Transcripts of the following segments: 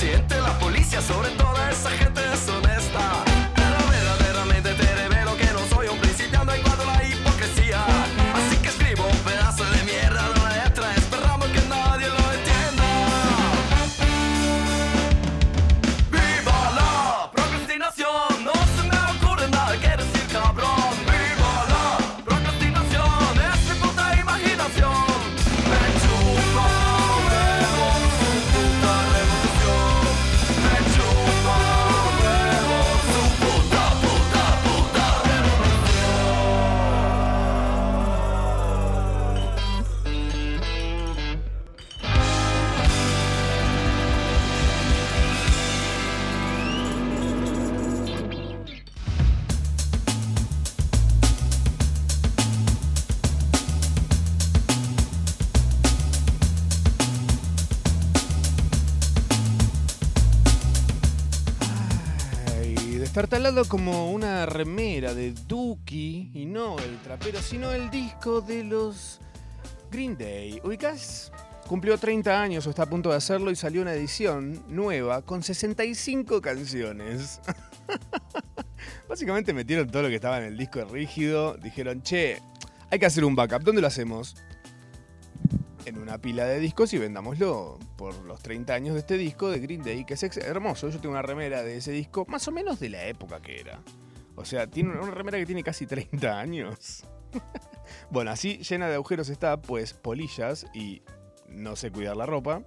presidente, la policía, sobre toda esa gente deshonesta. Pero verdaderamente te revelo que no soy un principiante en cuanto a la hipocresía. Así que escribo un pedazo de mierda de una letra, esperando que nadie lo entienda. ¡Viva la procrastinación! No se me ocurre nada que decir, cabrón. ¡Viva la procrastinación! Es mi puta imaginación. Me chupa huevo su puta revolución. Me chupa huevo su puta revolución. Ay, destartalado como una remera de Duki, y no el trapero, sino el disco de los Green Day. ¿Ubicás? Cumplió 30 años o está a punto de hacerlo y salió una edición nueva con 65 canciones. Básicamente metieron todo lo que estaba en el disco rígido, dijeron, che, hay que hacer un backup, ¿dónde lo hacemos? En una pila de discos y vendámoslo por los 30 años de este disco de Green Day, que es hermoso. Yo tengo una remera de ese disco, más o menos de la época que era. O sea, tiene una remera que tiene casi 30 años. Bueno, así llena de agujeros está, pues polillas y no sé cuidar la ropa.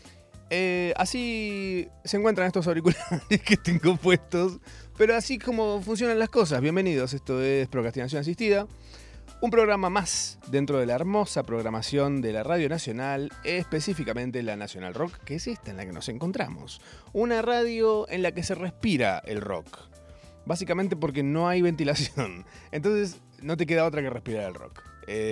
Así se encuentran estos auriculares que tengo puestos, pero así como funcionan las cosas. Bienvenidos, esto es Procrastinación Asistida. Un programa más dentro de la hermosa programación de la Radio Nacional, específicamente la Nacional Rock, que es esta en la que nos encontramos. Una radio en la que se respira el rock. Básicamente porque no hay ventilación. Entonces no te queda otra que respirar el rock.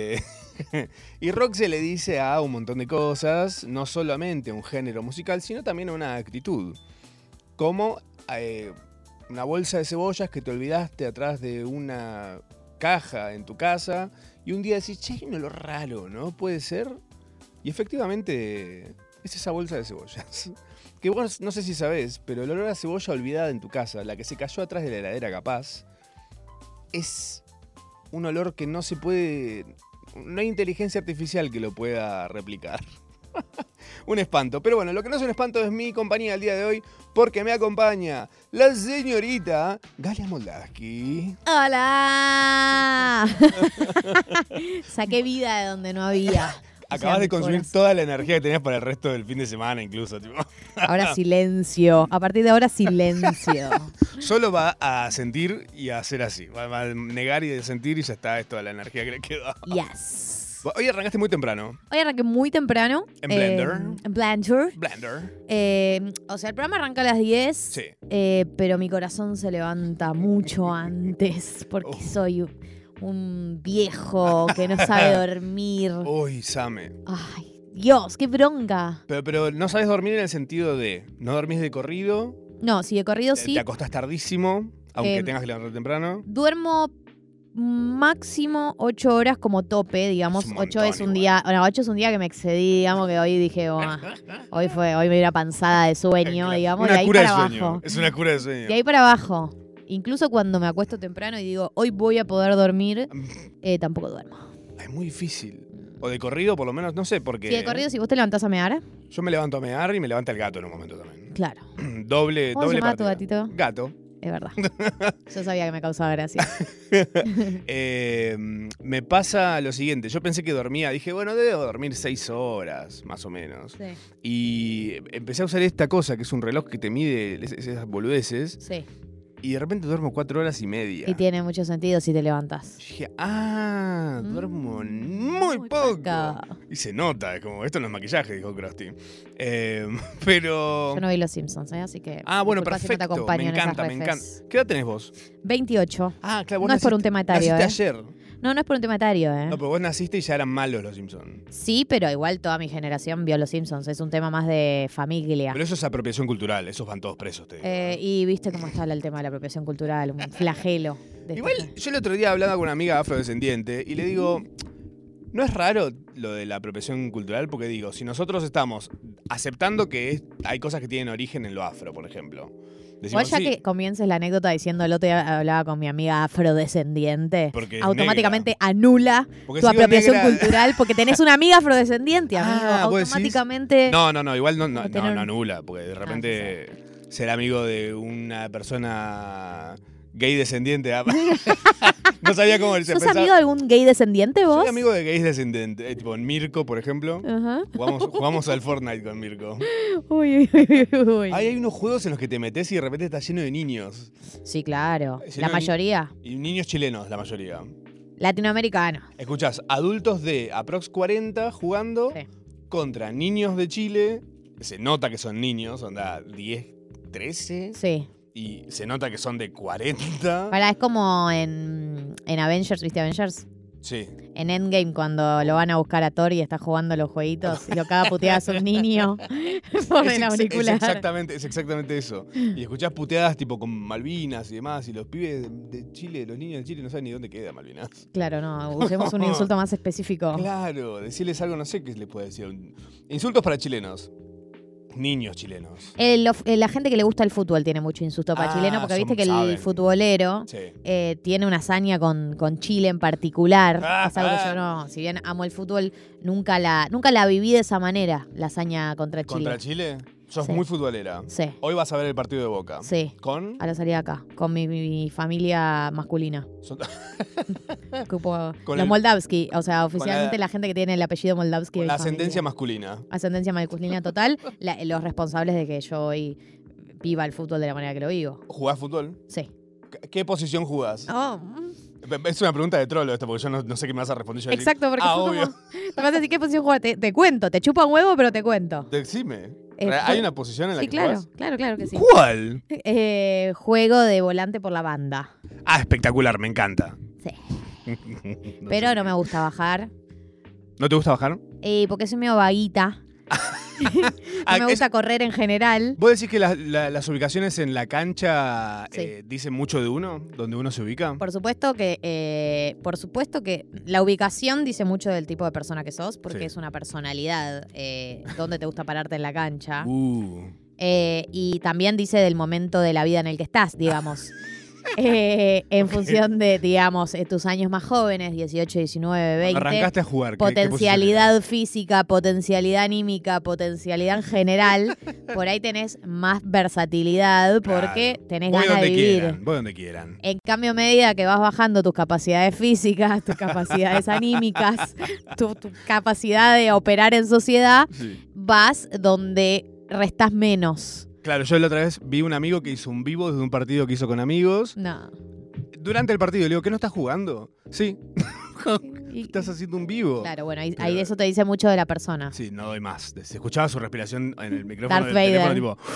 Y rock se le dice a un montón de cosas, no solamente un género musical, sino también una actitud. Como una bolsa de cebollas que te olvidaste atrás de una caja en tu casa y un día decís, che, hay un olor raro, ¿no? ¿Puede ser? Y efectivamente es esa bolsa de cebollas. Que vos no sé si sabés, pero el olor a cebolla olvidada en tu casa, la que se cayó atrás de la heladera capaz, es un olor que no se puede... No hay inteligencia artificial que lo pueda replicar. Un espanto. Pero bueno, lo que no es un espanto es mi compañía el día de hoy, porque me acompaña la señorita Galia Moldavsky. ¡Hola! Saqué vida de donde no había. Acabas de consumir toda la energía que tenías para el resto del fin de semana incluso. Tipo. Ahora silencio. A partir de ahora silencio. Solo va a sentir y a hacer así. Va a negar y a sentir y ya está. Es toda la energía que le quedó. Yes. Hoy arrancaste muy temprano. Hoy arranqué muy temprano. En Blender. En Blender. Blender. O sea, el programa arranca a las 10. Sí. Pero mi corazón se levanta mucho antes porque soy un viejo que no sabe dormir. Uy, Same. Ay, Dios, qué bronca. Pero no sabes dormir en el sentido de no dormís de corrido. No, si de corrido sí. Te acostás tardísimo, aunque tengas que levantarte temprano. Duermo máximo 8 horas como tope, digamos. 8 es un día, bueno, 8 es un día que me excedí, digamos, que hoy dije, hoy me dio una panzada de sueño, digamos, una de ahí cura para de sueño. abajo. Es una cura de sueño. De ahí para abajo. Incluso cuando me acuesto temprano y digo, hoy voy a poder dormir, tampoco duermo. Es muy difícil. O de corrido, por lo menos, no sé, porque... Sí, de corrido, si vos te levantás a mear. Yo me levanto a mear y me levanta el gato en un momento también. Claro. doble ¿Cómo se llama tu partida. gatito? Gato. Es verdad. Yo sabía que me causaba gracia. Me pasa lo siguiente. Yo pensé que dormía. Dije, bueno, debo dormir 6 horas, más o menos. Sí. Y empecé a usar esta cosa, que es un reloj que te mide esas boludeces. Sí. Y de repente duermo 4 horas y media. Y tiene mucho sentido si te levantas. Dije, duermo muy poco. Poco. Y se nota, es como, esto no es maquillaje, dijo Krusty. Pero... Yo no vi Los Simpsons, así que... bueno, disculpa si no te perfecto. acompaño Me en esas encanta, me refes. encanta. ¿Qué edad tenés vos? 28. Claro, vos No es por un tema etario, naciste ayer. No es por un tema etario, No, pero vos naciste y ya eran malos los Simpsons. Sí, pero igual toda mi generación vio Los Simpsons. Es un tema más de familia. Pero eso es apropiación cultural, esos van todos presos, te digo. Y viste cómo está el tema de la apropiación cultural, un flagelo. Igual, yo el otro día hablaba con una amiga afrodescendiente y le digo, ¿No es raro lo de la apropiación cultural? Porque digo, si nosotros estamos aceptando que hay cosas que tienen origen en lo afro, por ejemplo. Decimos, Vos ya sí, que comiences la anécdota diciendo el otro día hablaba con mi amiga afrodescendiente, Porque es automáticamente anula porque tu si digo apropiación negra- cultural porque tenés una amiga afrodescendiente, amigo. ¿vos decís? Automáticamente. No, igual no tener un- anula, porque de repente ser amigo de una persona gay descendiente. No sabía cómo se ¿Sos pensaba. amigo de algún gay descendiente vos? Soy amigo de gays descendentes, tipo en Mirko, por ejemplo. Ajá. Jugamos al Fortnite con Mirko. Uy, uy, uy, uy. Hay unos juegos en los que te metes y de repente está lleno de niños. Sí, claro. Si La no, mayoría. Y niños chilenos, la mayoría. Latinoamericanos. Escuchás, adultos de aprox 40 jugando Sí. contra niños de Chile. Se nota que son niños, onda 10, 13. Sí. Y se nota que son de 40. Pará, es como en Avengers, ¿viste Avengers? Sí. En Endgame, cuando lo van a buscar a Thor y está jugando los jueguitos y lo caga puteadas a un niño por el auricular. Es exactamente eso. Y escuchás puteadas tipo con Malvinas y demás. Y los pibes de Chile, los niños de Chile no saben ni dónde queda Malvinas. Claro, no, usemos un insulto más específico. Claro, decirles algo, no sé qué les puede decir. Insultos para chilenos. Niños chilenos. La gente que le gusta el fútbol tiene mucho insulto para chileno porque viste que saben. el futbolero Sí. tiene una hazaña con Chile en particular. Ah, Es algo que yo no, si bien amo el fútbol, nunca la viví de esa manera, la hazaña contra Chile. ¿Contra Chile? Sos Sí. muy futbolera. Sí, Hoy vas a ver el partido de Boca. sí. ¿Con? A la salida acá, con mi familia masculina. Son- Tipo, Con los el- Moldavski, o sea, oficialmente la gente que tiene el apellido Moldavski. con de la mi familia. ascendencia masculina. Ascendencia masculina total, los responsables de que yo hoy viva el fútbol de la manera que lo vivo. ¿Jugás fútbol? Sí. ¿Qué posición jugás? Oh, Es una pregunta de trolo esto, porque yo no sé qué me vas a responder. Yo exacto, porque ah, fue obvio. como. Me vas a decir qué posición juega. Te cuento, te chupa un huevo, pero te cuento. Decime. Eh, ¿Hay una posición en la Sí, que claro, jugás? claro que sí. ¿Cuál? Juego de volante por la banda. Ah, espectacular, me encanta. Sí. No Pero sé. no me gusta bajar. ¿No te gusta bajar? Porque soy medio vaguita. Ah, No me gusta correr en general. ¿Vos decís que las ubicaciones en la cancha Sí. dicen mucho de uno? ¿Dónde uno se ubica? Por supuesto que la ubicación dice mucho del tipo de persona que sos, porque Sí. es una personalidad. Dónde te gusta pararte en la cancha. Uh. Y también dice del momento de la vida en el que estás, digamos. En función de, digamos, tus años más jóvenes, 18, 19, 20. Arrancaste a jugar. ¿qué Potencialidad física, potencialidad anímica, potencialidad en general. Por ahí tenés más versatilidad porque Claro. tenés Voy ganas de donde vivir. quieran, voy donde quieran. En cambio, a medida que vas bajando tus capacidades físicas, tus capacidades anímicas, tu capacidad de operar en sociedad, Sí. vas donde restás menos. Claro, yo la otra vez vi un amigo que hizo un vivo desde un partido que hizo con amigos. No. Durante el partido le digo, ¿qué no estás jugando? Sí. Y- Estás haciendo un vivo. Claro, bueno, ahí Pero- eso te dice mucho de la persona. Sí, no doy más. Se escuchaba su respiración en el micrófono Darth del Vader. teléfono, tipo...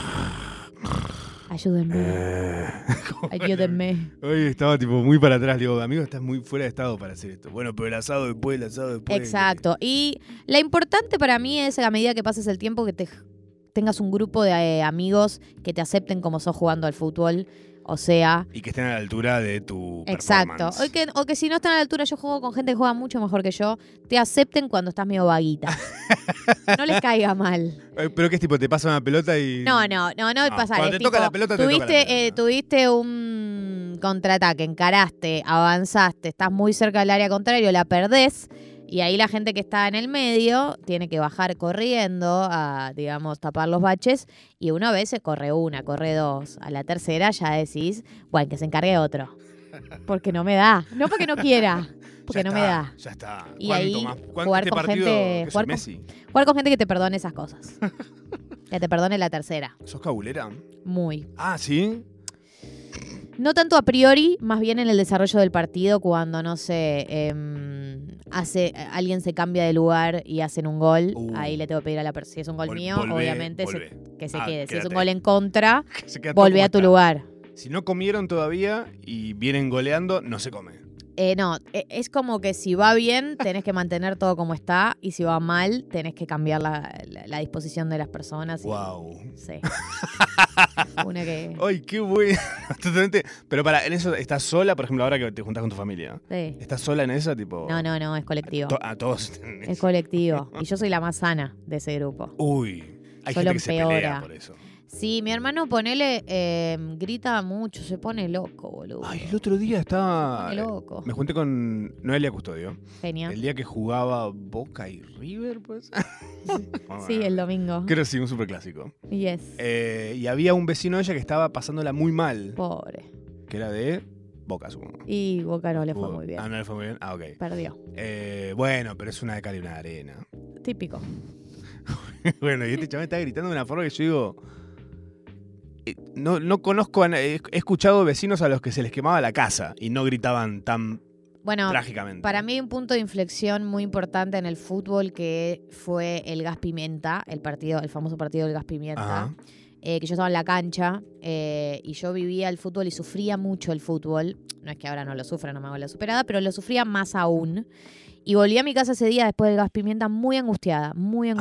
Ayúdenme, ayúdenme. Hoy estaba tipo muy para atrás. Le digo, amigo, estás muy fuera de estado para hacer esto. Bueno, pero el asado después. Exacto. Y la importante para mí es a medida que pases el tiempo que tengas un grupo de amigos que te acepten como sos jugando al fútbol. O sea, Y que estén a la altura de tu exacto. performance. O que si no están a la altura, yo juego con gente que juega mucho mejor que yo, te acepten cuando estás medio vaguita. No les caiga mal. Pero que es tipo, te pasa una pelota y... No pasa. Cuando es te toca la pelota, te toca la pelota. Tuviste un contraataque, encaraste, avanzaste, estás muy cerca del área contraria, la perdés. Y ahí la gente que está en el medio tiene que bajar corriendo a, digamos, tapar los baches. Y uno a veces corre una, corre dos. A la tercera ya decís, bueno, que se encargue otro. Porque no me da. No porque no quiera, porque no me da. Ya está. Y ahí ¿Cuánto jugar con partido gente- que soy jugar con- Messi? Jugar con gente que te perdone esas cosas. Que te perdone la tercera. ¿Sos cabulera? Muy. Ah, ¿sí? No tanto a priori, más bien en el desarrollo del partido, cuando, no sé, alguien se cambia de lugar y hacen un gol, ahí le tengo que pedir a la persona. Si es un gol mío, Volvé, obviamente volvé. que se Ah, quede. Si es quédate. un gol en contra, Que se queda todo volvé como a tu está. lugar. Si no comieron todavía y vienen goleando, no se come. No, es como que si va bien, tenés que mantener todo como está, y si va mal, tenés que cambiar la disposición de las personas. Wow. Sí. Una que... Ay, qué bueno. Totalmente. Pero en eso, ¿estás sola, por ejemplo, ahora que te juntás con tu familia? Sí. ¿Estás sola en esa, tipo? No, es colectivo. A todos. Es colectivo. Y yo soy la más sana de ese grupo. Uy. Hay Solo gente que se pelea empeora. por eso. Sí, mi hermano, ponele, grita mucho, se pone loco, boludo. Ay, el otro día estaba... Se pone loco. Me junté con Noelia Custodio. Genial. El día que jugaba Boca y River, pues. Sí, el domingo. Creo que sí, un superclásico. Yes. Y había un vecino de ella que estaba pasándola muy mal. Pobre. Que era de Boca, supongo. Y Boca no le fue muy bien. Ah, no le fue muy bien. Ah, ok. Perdió. Bueno, pero es una de cal y una de arena. Típico. Bueno, y este chaval está gritando de una forma que yo digo... No conozco, he escuchado vecinos a los que se les quemaba la casa y no gritaban tan Bueno, trágicamente. para mí un punto de inflexión muy importante en el fútbol que fue el gas pimienta, el famoso partido del gas pimienta. Ajá. Que yo estaba en la cancha y yo vivía el fútbol y sufría mucho el fútbol. No es que ahora no lo sufra, no me hago la superada, pero lo sufría más aún. Y volví a mi casa ese día después del gas pimienta muy angustiada.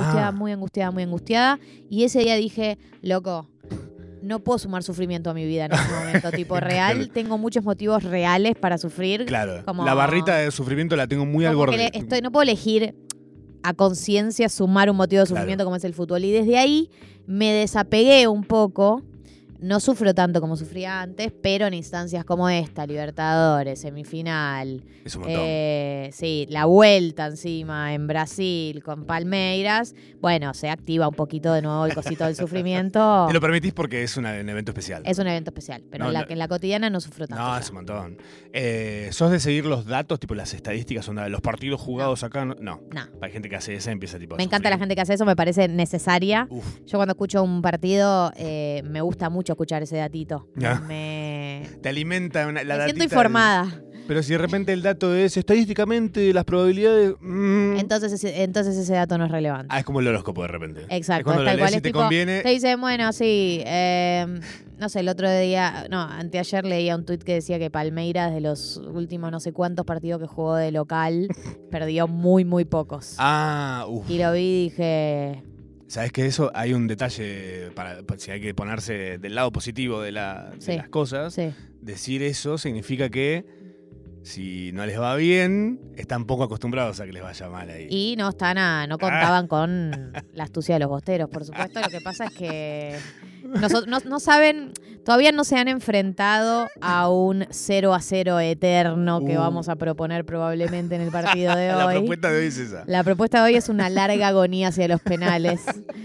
Y ese día dije, loco, no puedo sumar sufrimiento a mi vida en ese momento. Tipo, real, tengo muchos motivos reales para sufrir. Claro, como, la barrita de sufrimiento la tengo muy al como borde. que no puedo elegir a conciencia sumar un motivo de sufrimiento como es el fútbol. Y desde ahí me desapegué un poco. No sufro tanto como sufría antes, pero en instancias como esta, Libertadores, semifinal, Es un montón. sí, la vuelta encima en Brasil con Palmeiras, bueno, se activa un poquito de nuevo el cosito del sufrimiento. Te lo permitís porque es un evento especial. Es un evento especial, pero No, en la cotidiana no sufro tanto. No, ya. es un montón. ¿Sos de seguir los datos, tipo las estadísticas, onda, los partidos jugados acá? No. No. Hay gente que hace esa y empieza tipo a Me encanta sufrir. la gente que hace eso, me parece necesaria. Uf, Yo cuando escucho un partido, me gusta mucho escuchar ese datito. Ya. Me te alimenta la siento datita informada. Pero si de repente el dato es estadísticamente las probabilidades... Entonces ese dato no es relevante. Es como el horóscopo de repente. Exacto, Es cuando es lo tal lees cual. y Es te tipo, conviene... te dicen, bueno, sí, no sé, el otro día, no, anteayer leía un tuit que decía que Palmeiras, de los últimos no sé cuántos partidos que jugó de local, perdió muy, muy pocos. Y lo vi y dije... ¿Sabes que eso? Hay un detalle para si hay que ponerse del lado positivo de Sí. las cosas. Sí. Decir eso significa que si no les va bien, están poco acostumbrados a que les vaya mal ahí. Y no contaban con la astucia de los bosteros, por supuesto. Lo que pasa es que no saben, todavía no se han enfrentado a un 0-0 eterno que vamos a proponer probablemente en el partido de hoy. La propuesta de hoy es esa. La propuesta de hoy es una larga agonía hacia los penales.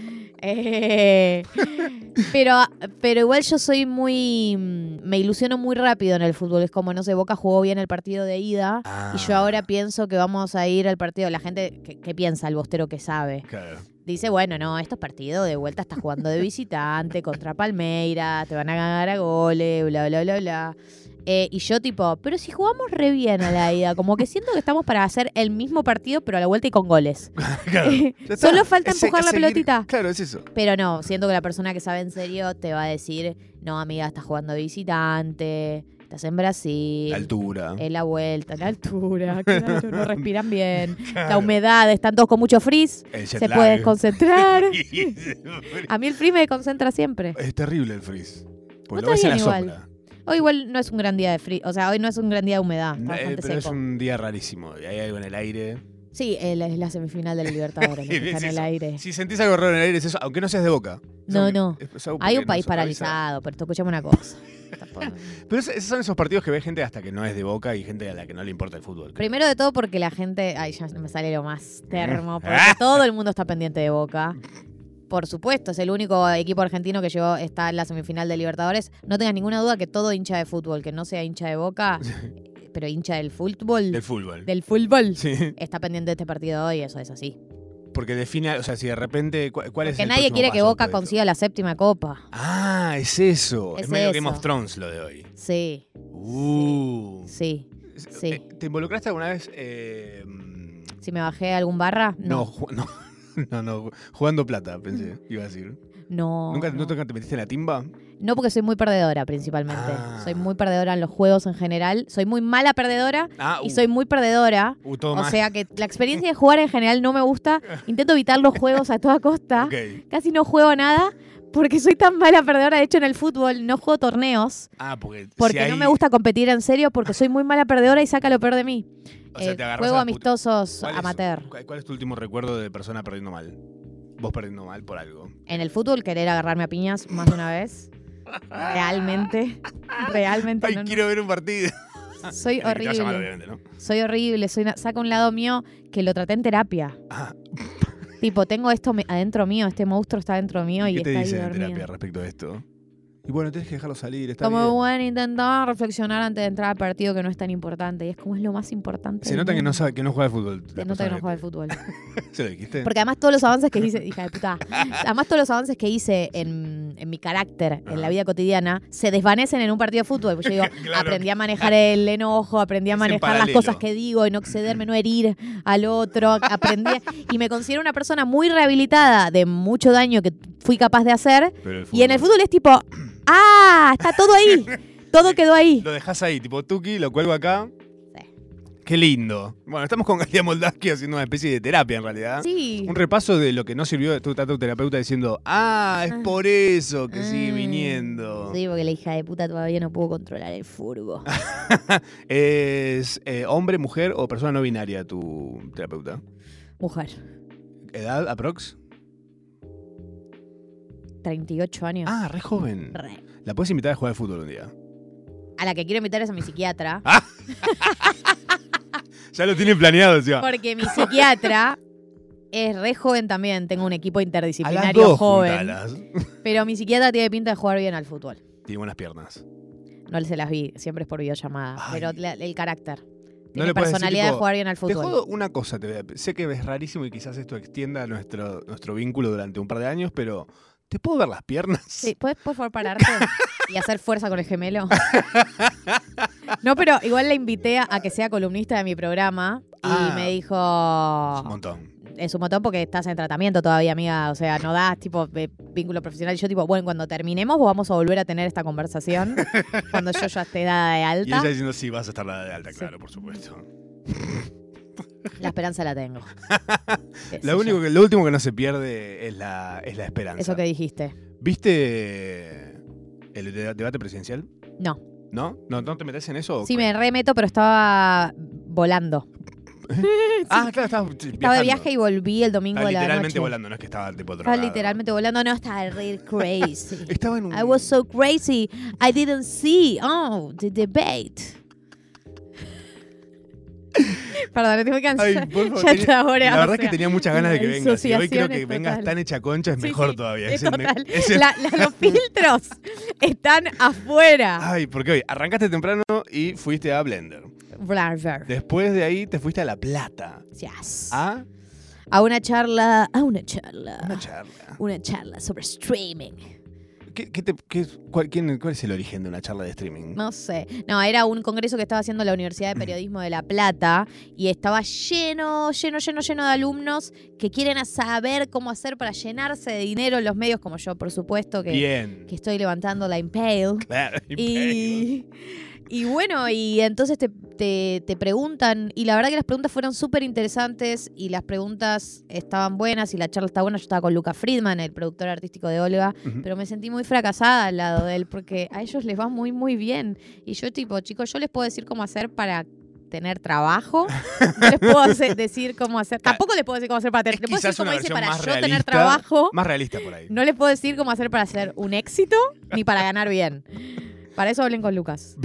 Pero igual yo soy me ilusiono muy rápido en el fútbol. Es como, no sé, Boca jugó bien el partido de ida y yo ahora pienso que vamos a ir al partido. La gente, ¿qué piensa el bostero que sabe? Claro. Dice, bueno, no, estos partidos de vuelta estás jugando de visitante contra Palmeiras, te van a ganar a goles, bla, bla, bla, bla. Y yo tipo, pero si jugamos re bien a la ida, como que siento que estamos para hacer el mismo partido, pero a la vuelta y con goles. Claro. Ya está. Solo falta empujar la seguir- pelotita. Claro, es eso. Pero no, siento que la persona que sabe en serio te va a decir, no, amiga, estás jugando de visitante, estás en Brasil. La altura. En la vuelta, la altura, claro, no respiran bien. La humedad, están todos con mucho frizz, El jet se lag. puede desconcentrar. A mí el frizz me desconcentra siempre. Es terrible el frizz. Porque No lo ves está en la bien igual. sombra. Hoy igual no es un gran día de frizz, o sea, hoy no es un gran día de humedad, está bastante Pero es seco. un día rarísimo. Y hay algo en el aire. Sí, es la semifinal de la Libertadores, lo que está Es en el eso. aire. Si sentís algo raro en el aire, es eso. Aunque no seas de Boca. No, Es no. es algo Hay porque un país nos avisa. paralizado, pero escuchame una cosa. Pero esos son esos partidos que ve gente hasta que no es de Boca y gente a la que no le importa el fútbol. Primero de todo porque la gente, ay, ya me sale lo más termo, porque todo el mundo está pendiente de Boca. Por supuesto, es el único equipo argentino que está en la semifinal de Libertadores. No tengas ninguna duda que todo hincha de fútbol, que no sea hincha de Boca, pero hincha del fútbol, Del fútbol. sí, está pendiente de este partido hoy, eso es así. Porque define, o sea, si de repente, ¿cuál es Porque el nadie próximo quiere que paso Boca después de esto? consiga la 7ª copa. Ah, es eso. Es Es medio eso. Game of Thrones lo de hoy. Sí, sí. Sí. ¿Te involucraste alguna vez? Si me bajé algún barra, No, no. no, jugando plata, pensé, iba a decir. No. ¿Nunca te metiste en la timba? No, porque soy muy perdedora principalmente. Ah. Soy muy perdedora en los juegos en general. Soy muy mala perdedora y soy muy perdedora. Todo O mal. sea que la experiencia de jugar en general no me gusta. Intento evitar los juegos a toda costa. Ok. Casi no juego nada porque soy tan mala perdedora. De hecho, en el fútbol no juego torneos Porque porque si no me gusta competir en serio porque soy muy mala perdedora y saca lo peor de mí. O sea, te agarras Juego a la amistosos ¿Cuál es- amateur. ¿Cuál es tu último recuerdo de persona perdiendo mal? Vos perdiendo mal por algo. En el fútbol querer agarrarme a piñas más de una vez. Realmente. Realmente Ay, no, no. quiero ver un partido. Soy Que te vaya mal, horrible. obviamente, ¿no? Soy horrible. Saca un lado mío que lo traté en terapia. Ah, Tipo, tengo esto adentro mío, este monstruo está dentro mío y ¿qué te está ahí dicen en dormido. terapia respecto a esto? Y bueno, tenés que dejarlo salir, está Como bien. bueno, intentaba reflexionar antes de entrar al partido que no es tan importante. Y es como es lo más importante. Se del nota que no mundo. sabe, que no juega al fútbol. Se la nota que persona no juega al fútbol. ¿Se lo dijiste? Porque además todos los avances que hice, hija de puta, además todos los avances que hice en mi carácter, en la vida cotidiana, se desvanecen en un partido de fútbol. Pues yo digo, Claro. aprendí a manejar el enojo, aprendí a Es en manejar las paralelo. cosas que digo y no excederme, no herir al otro, aprendí y me considero una persona muy rehabilitada de mucho daño que fui capaz de hacer. Pero Y en el fútbol es tipo, ¡ah! Está todo ahí. Todo quedó ahí. Lo dejás ahí, tipo Tuki, lo cuelgo acá. Sí. Qué lindo. Bueno, estamos con Galia Moldavsky haciendo una especie de terapia en realidad. Sí. Un repaso de lo que no sirvió de tu terapeuta diciendo, es por eso que sigue viniendo. Sí, porque la hija de puta todavía no pudo controlar el furbo. ¿Es hombre, mujer o persona no binaria tu terapeuta? Mujer, ¿Edad aprox? 38 años. Re joven. Re. La puedes invitar a jugar al fútbol un día. A la que quiero invitar es a mi psiquiatra. Ya lo tienen planeado, encima. Porque mi psiquiatra es re joven también. Tengo un equipo A las interdisciplinario dos joven. juntalas. Pero mi psiquiatra tiene pinta de jugar bien al fútbol. Tiene buenas piernas. No se las vi, siempre es por videollamada. Ay. Pero el carácter. No Tiene le puedes decir, personalidad tipo, de jugar bien al Te fútbol. jodo una cosa, sé que es rarísimo y quizás esto extienda nuestro vínculo durante un par de años, pero ¿te puedo ver las piernas? Sí, ¿puedes por favor pararte y hacer fuerza con el gemelo? No, pero igual la invité a que sea columnista de mi programa y me dijo... Un montón. Es un montón porque estás en tratamiento todavía, amiga. O sea, no das tipo vínculo profesional. Y yo tipo, bueno, cuando terminemos vamos a volver a tener esta conversación cuando yo ya esté dada de Y alta. ella diciendo, sí, vas a estar dada de alta, Sí. claro, por supuesto. La esperanza la tengo. Lo último que no se pierde es la esperanza. Eso que dijiste. ¿Viste el debate presidencial? No. ¿No? ¿No te metes en eso? ¿O Sí, qué? me remeto, pero estaba volando. Claro, Estaba de viaje y volví el domingo Estaba de la literalmente noche. volando, no es que estaba tipo Estaba drogado. literalmente volando. No, estaba re crazy. Estaba en un... I was so crazy. I didn't see. Oh, the debate. Perdón, estoy muy cansada. Ay, por favor, Ya está ahora. la o verdad es que sea, tenía muchas ganas de que la vengas. Y hoy creo disociación que es vengas total. tan hecha concha es Sí, mejor sí, todavía. es el total. es el- Los filtros están afuera. Ay, porque hoy arrancaste temprano y fuiste a Blender. Blender. Después de ahí te fuiste a La Plata. Yes. ¿A? A una charla. Una charla. Una charla sobre streaming. ¿Cuál es el origen de una charla de streaming? No sé. No, era un congreso que estaba haciendo la Universidad de Periodismo de La Plata y estaba lleno de alumnos que quieren saber cómo hacer para llenarse de dinero en los medios, como yo, por supuesto, que Bien. estoy levantando la Impale. Claro. Y bueno, y entonces te preguntan, y la verdad que las preguntas fueron súper interesantes y las preguntas estaban buenas y la charla está buena. Yo estaba con Luca Friedman, el productor artístico de Olga, Ujú. pero me sentí muy fracasada al lado de él porque a ellos les va muy, muy bien. Y yo tipo, chicos, yo les puedo decir cómo hacer para tener trabajo. No les puedo decir cómo hacer. Tampoco les puedo decir cómo hacer para tener. Les puedo decir Quizás cómo una hice versión para más yo realista. tener trabajo. Más realista por ahí. No les puedo decir cómo hacer para hacer un éxito ni para ganar bien. Para eso hablen con Lucas.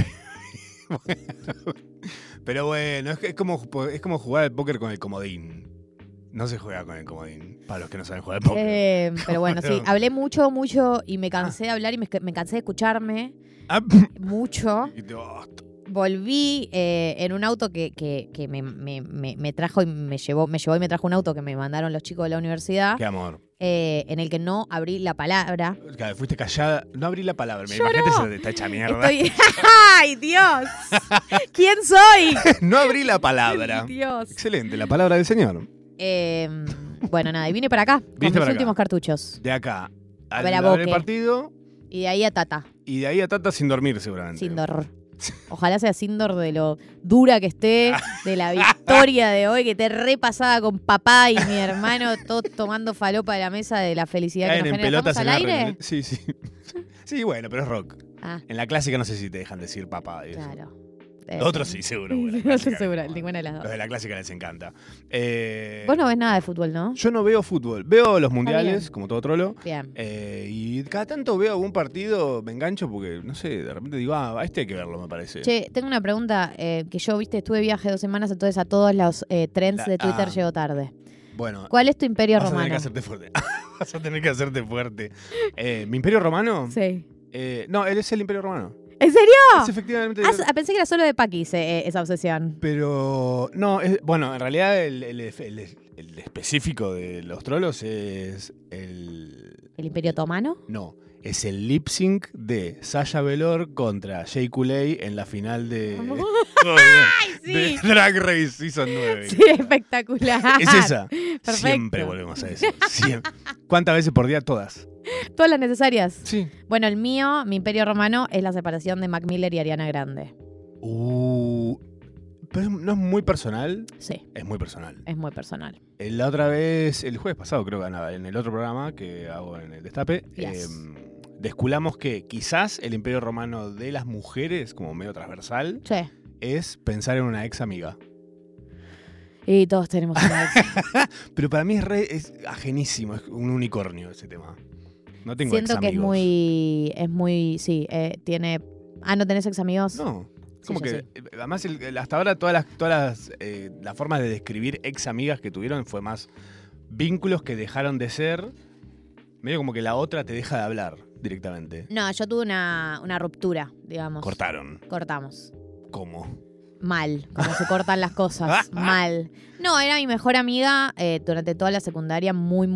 Pero bueno, es como jugar al póker con el comodín. No se juega con el comodín, para los que no saben jugar al póker. Pero bueno, sí, hablé mucho y me cansé de hablar y me cansé de escucharme Ah, mucho. y te- oh, Volví en un auto que me trajo y me llevó y me trajo un auto que me mandaron los chicos de la universidad, qué amor. en el que no abrí la palabra. Claro, fuiste callada, no abrí la palabra. Me Yo imagínate no. se te está hecha mierda. Estoy... ¡Ay, Dios! ¿Quién soy? No abrí la palabra. Dios. Excelente, la palabra del Señor. Bueno, nada, y vine para acá con mis para acá. últimos cartuchos. De acá A al ver a haber el Boque. partido, Y de ahí a Tata, Y de ahí a Tata sin dormir, seguramente. Sindor. Ojalá sea Sindor de lo dura que esté, de la victoria de hoy, que esté repasada con papá y mi hermano, todos tomando falopa de la mesa de la felicidad Caen que nos en genera. pelotas ¿Estamos en al la aire? Sí, sí. Sí, bueno, pero es rock. Ah, En la clásica no sé si te dejan decir papá. y eso. claro. Otros sí, seguro. bueno, la No estoy clásica, segura, bueno, ninguna de las Los dos. de la clásica les encanta. Vos no ves nada de fútbol, ¿no? Yo no veo fútbol. Veo los mundiales, bien. como todo trolo. Bien. Y cada tanto veo algún partido, me engancho porque, no sé, de repente digo, a este hay que verlo, me parece. Che, tengo una pregunta que yo, viste, estuve de viaje 2 semanas, entonces a todos los trends de Twitter llego tarde. Bueno, ¿Cuál es tu imperio vas a tener romano? que hacerte fuerte. Vas a tener que hacerte fuerte. ¿Mi imperio romano? Sí. No, él es el imperio romano. ¿En serio? Es efectivamente... Pensé que era solo de Paquis esa obsesión. Pero, no, bueno, en realidad el específico de los trolos es el... ¿El imperio otomano? No, es el lip sync de Sasha Velour contra Jay Coulee en la final de, sí! de Drag Race Season 9. Sí, espectacular. Es esa. Perfecto. Siempre volvemos a eso. Siempre. ¿Cuántas veces por día? Todas. Todas las necesarias. Sí. Bueno, el mío, mi imperio romano, es la separación de Mac Miller y Ariana Grande. Pero no es muy personal. Sí, Es muy personal. es muy personal. La otra vez, el jueves pasado creo que ganaba, en el otro programa que hago en el Destape, Yes. desculamos que quizás el imperio romano de las mujeres, como medio transversal, Sí. es pensar en una ex amiga. Y todos tenemos una ex. Pero para mí es ajenísimo, es un unicornio ese tema. No tengo Siento ex que amigos. es muy, sí, tiene... Ah, ¿no tenés ex amigos? No. Sí, Como yo que, sí. además, hasta ahora todas las formas de describir ex amigas que tuvieron fue más vínculos que dejaron de ser, medio como que la otra te deja de hablar directamente. No, yo tuve una ruptura, digamos. Cortamos. ¿Cómo? Mal, como se cortan las cosas. Mal. No, era mi mejor amiga durante toda la secundaria, muy.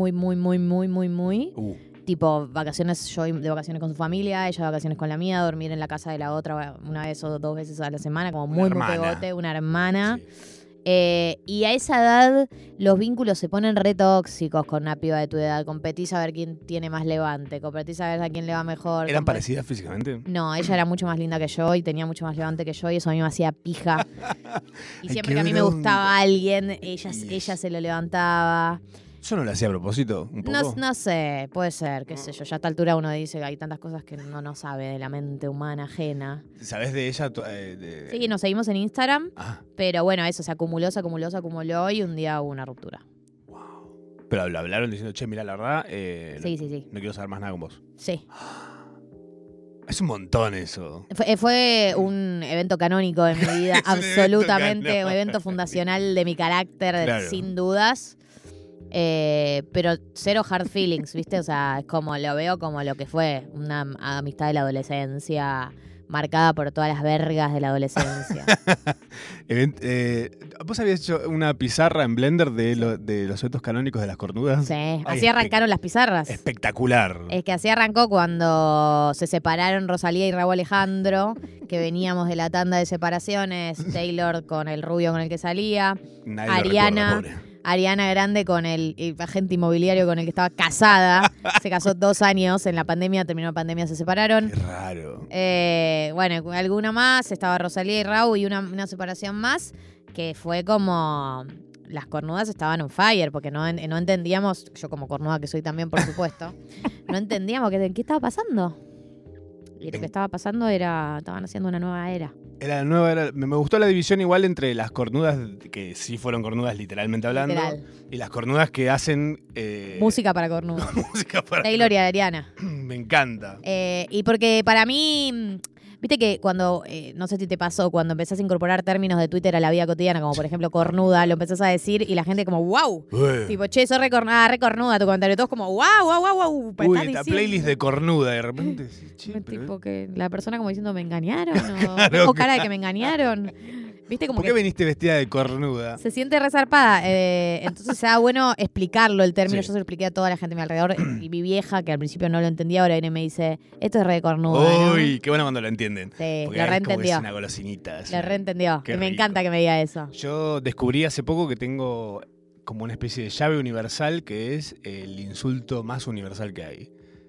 Tipo, vacaciones, yo de vacaciones con su familia, ella de vacaciones con la mía, dormir en la casa de la otra una vez o 2 veces a la semana, como muy pegote, una hermana. Sí. Y a esa edad los vínculos se ponen re tóxicos con una piba de tu edad. Competís a ver quién tiene más levante, competís a ver a quién le va mejor. ¿Eran parecidas físicamente? No, ella era mucho más linda que yo y tenía mucho más levante que yo y eso a mí me hacía pija. Y Ay, siempre qué que a mí me bronca. gustaba alguien, ella se lo levantaba. Yo no lo hacía a propósito, un poco. No sé, puede ser, qué sé yo. Ya a esta altura uno dice que hay tantas cosas que uno no sabe de la mente humana ajena. ¿Sabés de ella? Sí, nos seguimos en Instagram, Ah, pero bueno, eso se acumuló y un día hubo una ruptura. pero lo hablaron diciendo, che, mira, la verdad, Sí. no quiero saber más nada con vos. Sí. Es un montón eso. Fue un evento canónico de mi vida, Es un evento absolutamente, un canónico. evento fundacional de mi carácter, Claro. sin dudas. Pero cero hard feelings, ¿viste? O sea, es como lo veo como lo que fue una amistad de la adolescencia marcada por todas las vergas de la adolescencia. ¿Vos habías hecho una pizarra en Blender de los eventos canónicos de las cornudas? Sí, Ay, así arrancaron las pizarras. Espectacular. Es que así arrancó cuando se separaron Rosalía y Raúl Alejandro, que veníamos de la tanda de separaciones, Taylor con el rubio con el que salía, Nadie lo Ariana. recuerda, pobre. Ariana Grande con el agente inmobiliario con el que estaba casada. Se casó 2 años en la pandemia, terminó la pandemia, se separaron. Qué raro. Bueno, alguna más, estaba Rosalía y Raúl y una separación más, que fue como... Las cornudas estaban on fire, porque no entendíamos, yo como cornuda que soy también, por supuesto, no entendíamos qué estaba pasando. Y lo que estaba pasando estaban haciendo una nueva era. Me gustó la división igual entre las cornudas, que sí fueron cornudas literalmente hablando, Literal. y las cornudas que hacen... Música para cornudas. música para... Taylor y Ariana. Me encanta. Y porque para mí, viste que cuando, no sé si te pasó, cuando empezás a incorporar términos de Twitter a la vida cotidiana, como por ejemplo cornuda, lo empezás a decir y la gente como, wow. Tipo, che, sos re cornuda tu comentario. Todos como, wow. Uy, esta playlist de cornuda, de repente... sí, che, pero- Tipo que la persona como diciendo, ¿me engañaron? O Claro, tengo cara de claro. que me engañaron. Viste como ¿Por qué que viniste vestida de cornuda? se siente resarpada. Entonces se da bueno explicarlo el término. Sí. Yo se lo expliqué a toda la gente a mi alrededor. Y mi vieja, que al principio no lo entendía, ahora viene y me dice, esto es re cornuda, ¿no? Uy, qué bueno cuando lo entienden. Sí, Porque lo es como que reentendió. es una golosinita. es Lo una- reentendió. Qué Y me rico. encanta que me diga eso. Yo descubrí hace poco que tengo como una especie de llave universal que es el insulto más universal que hay.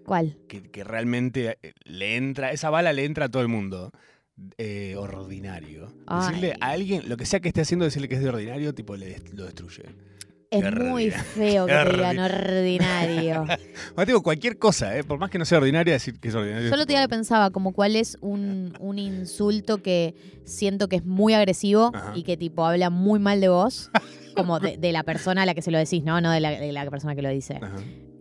¿Cuál? que realmente le entra, esa bala le entra a todo el mundo. Ordinario. Decirle Ay. a alguien, lo que sea que esté haciendo, decirle que es de ordinario, tipo lo destruye. Es Qué muy ordinario. feo que te digan ordinario. Bueno, digo, cualquier cosa, por más que no sea ordinaria, decir que es ordinario. Yo el otro día lo pensaba, como cuál es un insulto que siento que es muy agresivo Ajá. y que tipo habla muy mal de vos, como de la persona a la que se lo decís, no de la persona que lo dice. Ajá.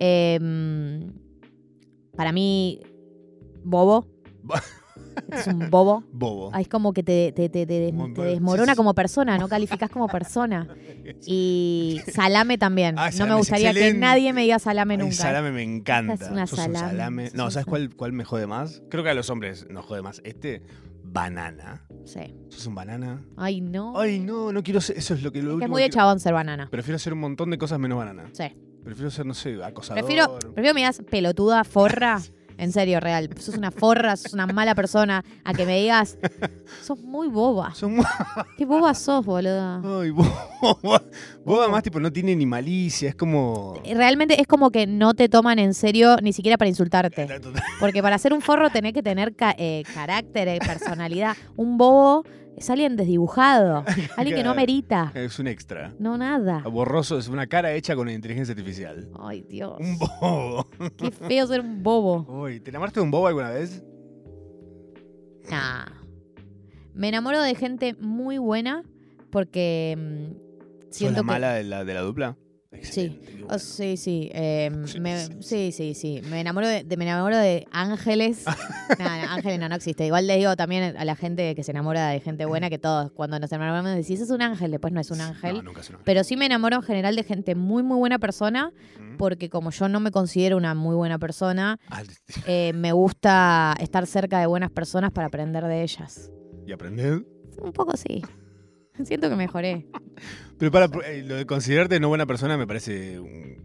Para mí, bobo. Es un bobo. Bobo. Ay, es como que te Muy bueno. desmorona Sí, sí. como persona, no calificás como persona. Y salame también. Ah, No salame me es gustaría que excelente. nadie me diga salame Ay, nunca. salame me encanta. Esta es una Sos un salame. No, Sos ¿sabes un cuál me jode más? Creo que a los hombres nos jode más. Banana. Sí. ¿Sos un banana? Ay, no. Ay, no quiero ser. Eso es lo Es que es último muy de que chabón ser banana. Prefiero hacer un montón de cosas menos banana. Sí. Prefiero ser, no sé, acosador. Prefiero me digas pelotuda, forra. En serio, real. Sos una forra, sos una mala persona. A que me digas, sos muy boba. Son muy... ¿Qué boba sos, boludo? Ay, boba. Boba más, tipo, no tiene ni malicia. Es como... Realmente es como que no te toman en serio ni siquiera para insultarte. Porque para ser un forro tenés que tener carácter, personalidad. Un bobo es alguien desdibujado. Alguien que no merita. Es un extra. No nada. Borroso, es una cara hecha con inteligencia artificial. Ay, Dios. Un bobo. Qué feo ser un bobo. Uy, ¿te enamoraste de un bobo alguna vez? Nah. Me enamoro de gente muy buena porque ¿Sos siento la que... mala de la dupla? Sí. Excelente, qué bueno. Sí. Sí. Me enamoro de ángeles. No, ángeles no existe. Igual le digo también a la gente que se enamora de gente buena que todos, cuando nos enamoramos, decís, es un ángel, después no es un ángel. No, nunca es un ángel. Pero sí me enamoro en general de gente muy, muy buena persona, porque como yo no me considero una muy buena persona, Ah, me gusta estar cerca de buenas personas para aprender de ellas. ¿Y aprender? Un poco sí. Siento que mejoré. Pero lo de considerarte no buena persona me parece...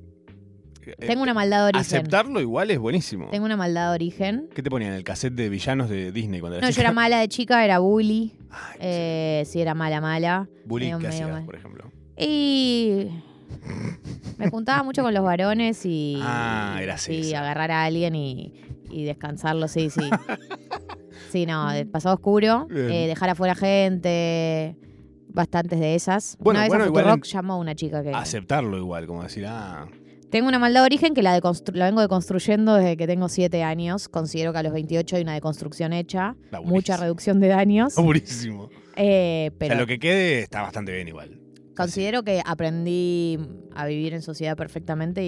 Tengo una maldad de origen. Aceptarlo igual es buenísimo. Tengo una maldad de origen. ¿Qué te ponían en el cassette de villanos de Disney cuando No, eras yo era chica? mala de chica, era bully. Ay, Sí, era mala. bullying, medio ¿qué hacías, mal. por ejemplo? Y me juntaba mucho con los varones y, Eras sí, esa. agarrar a alguien y descansarlo, sí. Sí, no, de pasado oscuro, Bien. dejar afuera gente, bastantes de esas. Bueno, una vez bueno, a igual Futurock llamó a una chica que... Aceptarlo igual, como decir, Tengo una maldad de origen que la vengo deconstruyendo desde que tengo 7 años. Considero que a los 28 hay una deconstrucción hecha. Está buenísimo. Mucha reducción de daños. está buenísimo. Pero O sea, lo que quede está bastante bien igual. considero que aprendí a vivir en sociedad perfectamente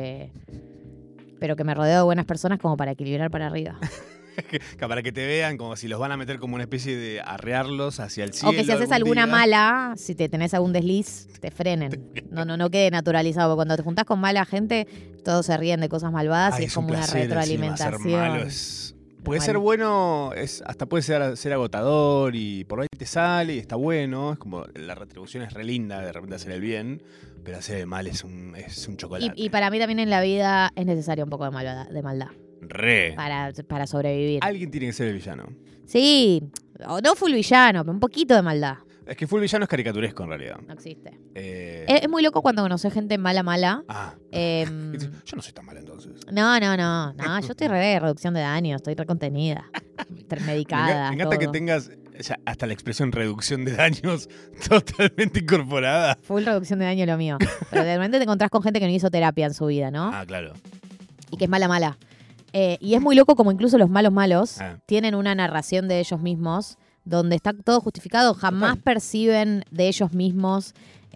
pero que me rodeo de buenas personas como para equilibrar para arriba. Para que te vean como si los van a meter como una especie de arrearlos hacia el cielo. O que si haces algún alguna día. mala, si te tenés algún desliz, te frenen. No quede naturalizado. Porque cuando te juntás con mala gente, todos se ríen de cosas malvadas Ay, y es como un una placer encima, retroalimentación. ser malo es... Puede Mal. ser bueno, hasta puede ser agotador y por ahí te sale y está bueno. Es como la retribución es re linda de repente hacer el bien, pero hacer el mal es un chocolate. Y para mí también en la vida es necesario un poco de maldad Re. para sobrevivir. Alguien tiene que ser el villano. Sí, o no full villano, pero un poquito de maldad. Es que full villano es caricaturesco en realidad. No existe. Eh, Es muy loco cuando conoces gente mala. ah, Em, yo no soy tan mal entonces. No, yo estoy re de reducción de daños, estoy re contenida, medicada. Me encanta que todo. tengas hasta la expresión reducción de daños totalmente incorporada. Full reducción de daño lo mío. Pero de repente te encontrás con gente que no hizo terapia en su vida, ¿no? Ah, claro. Y que es mala. Y es muy loco como incluso los malos Ah. tienen una narración de ellos mismos donde está todo justificado. Jamás Total. perciben de ellos mismos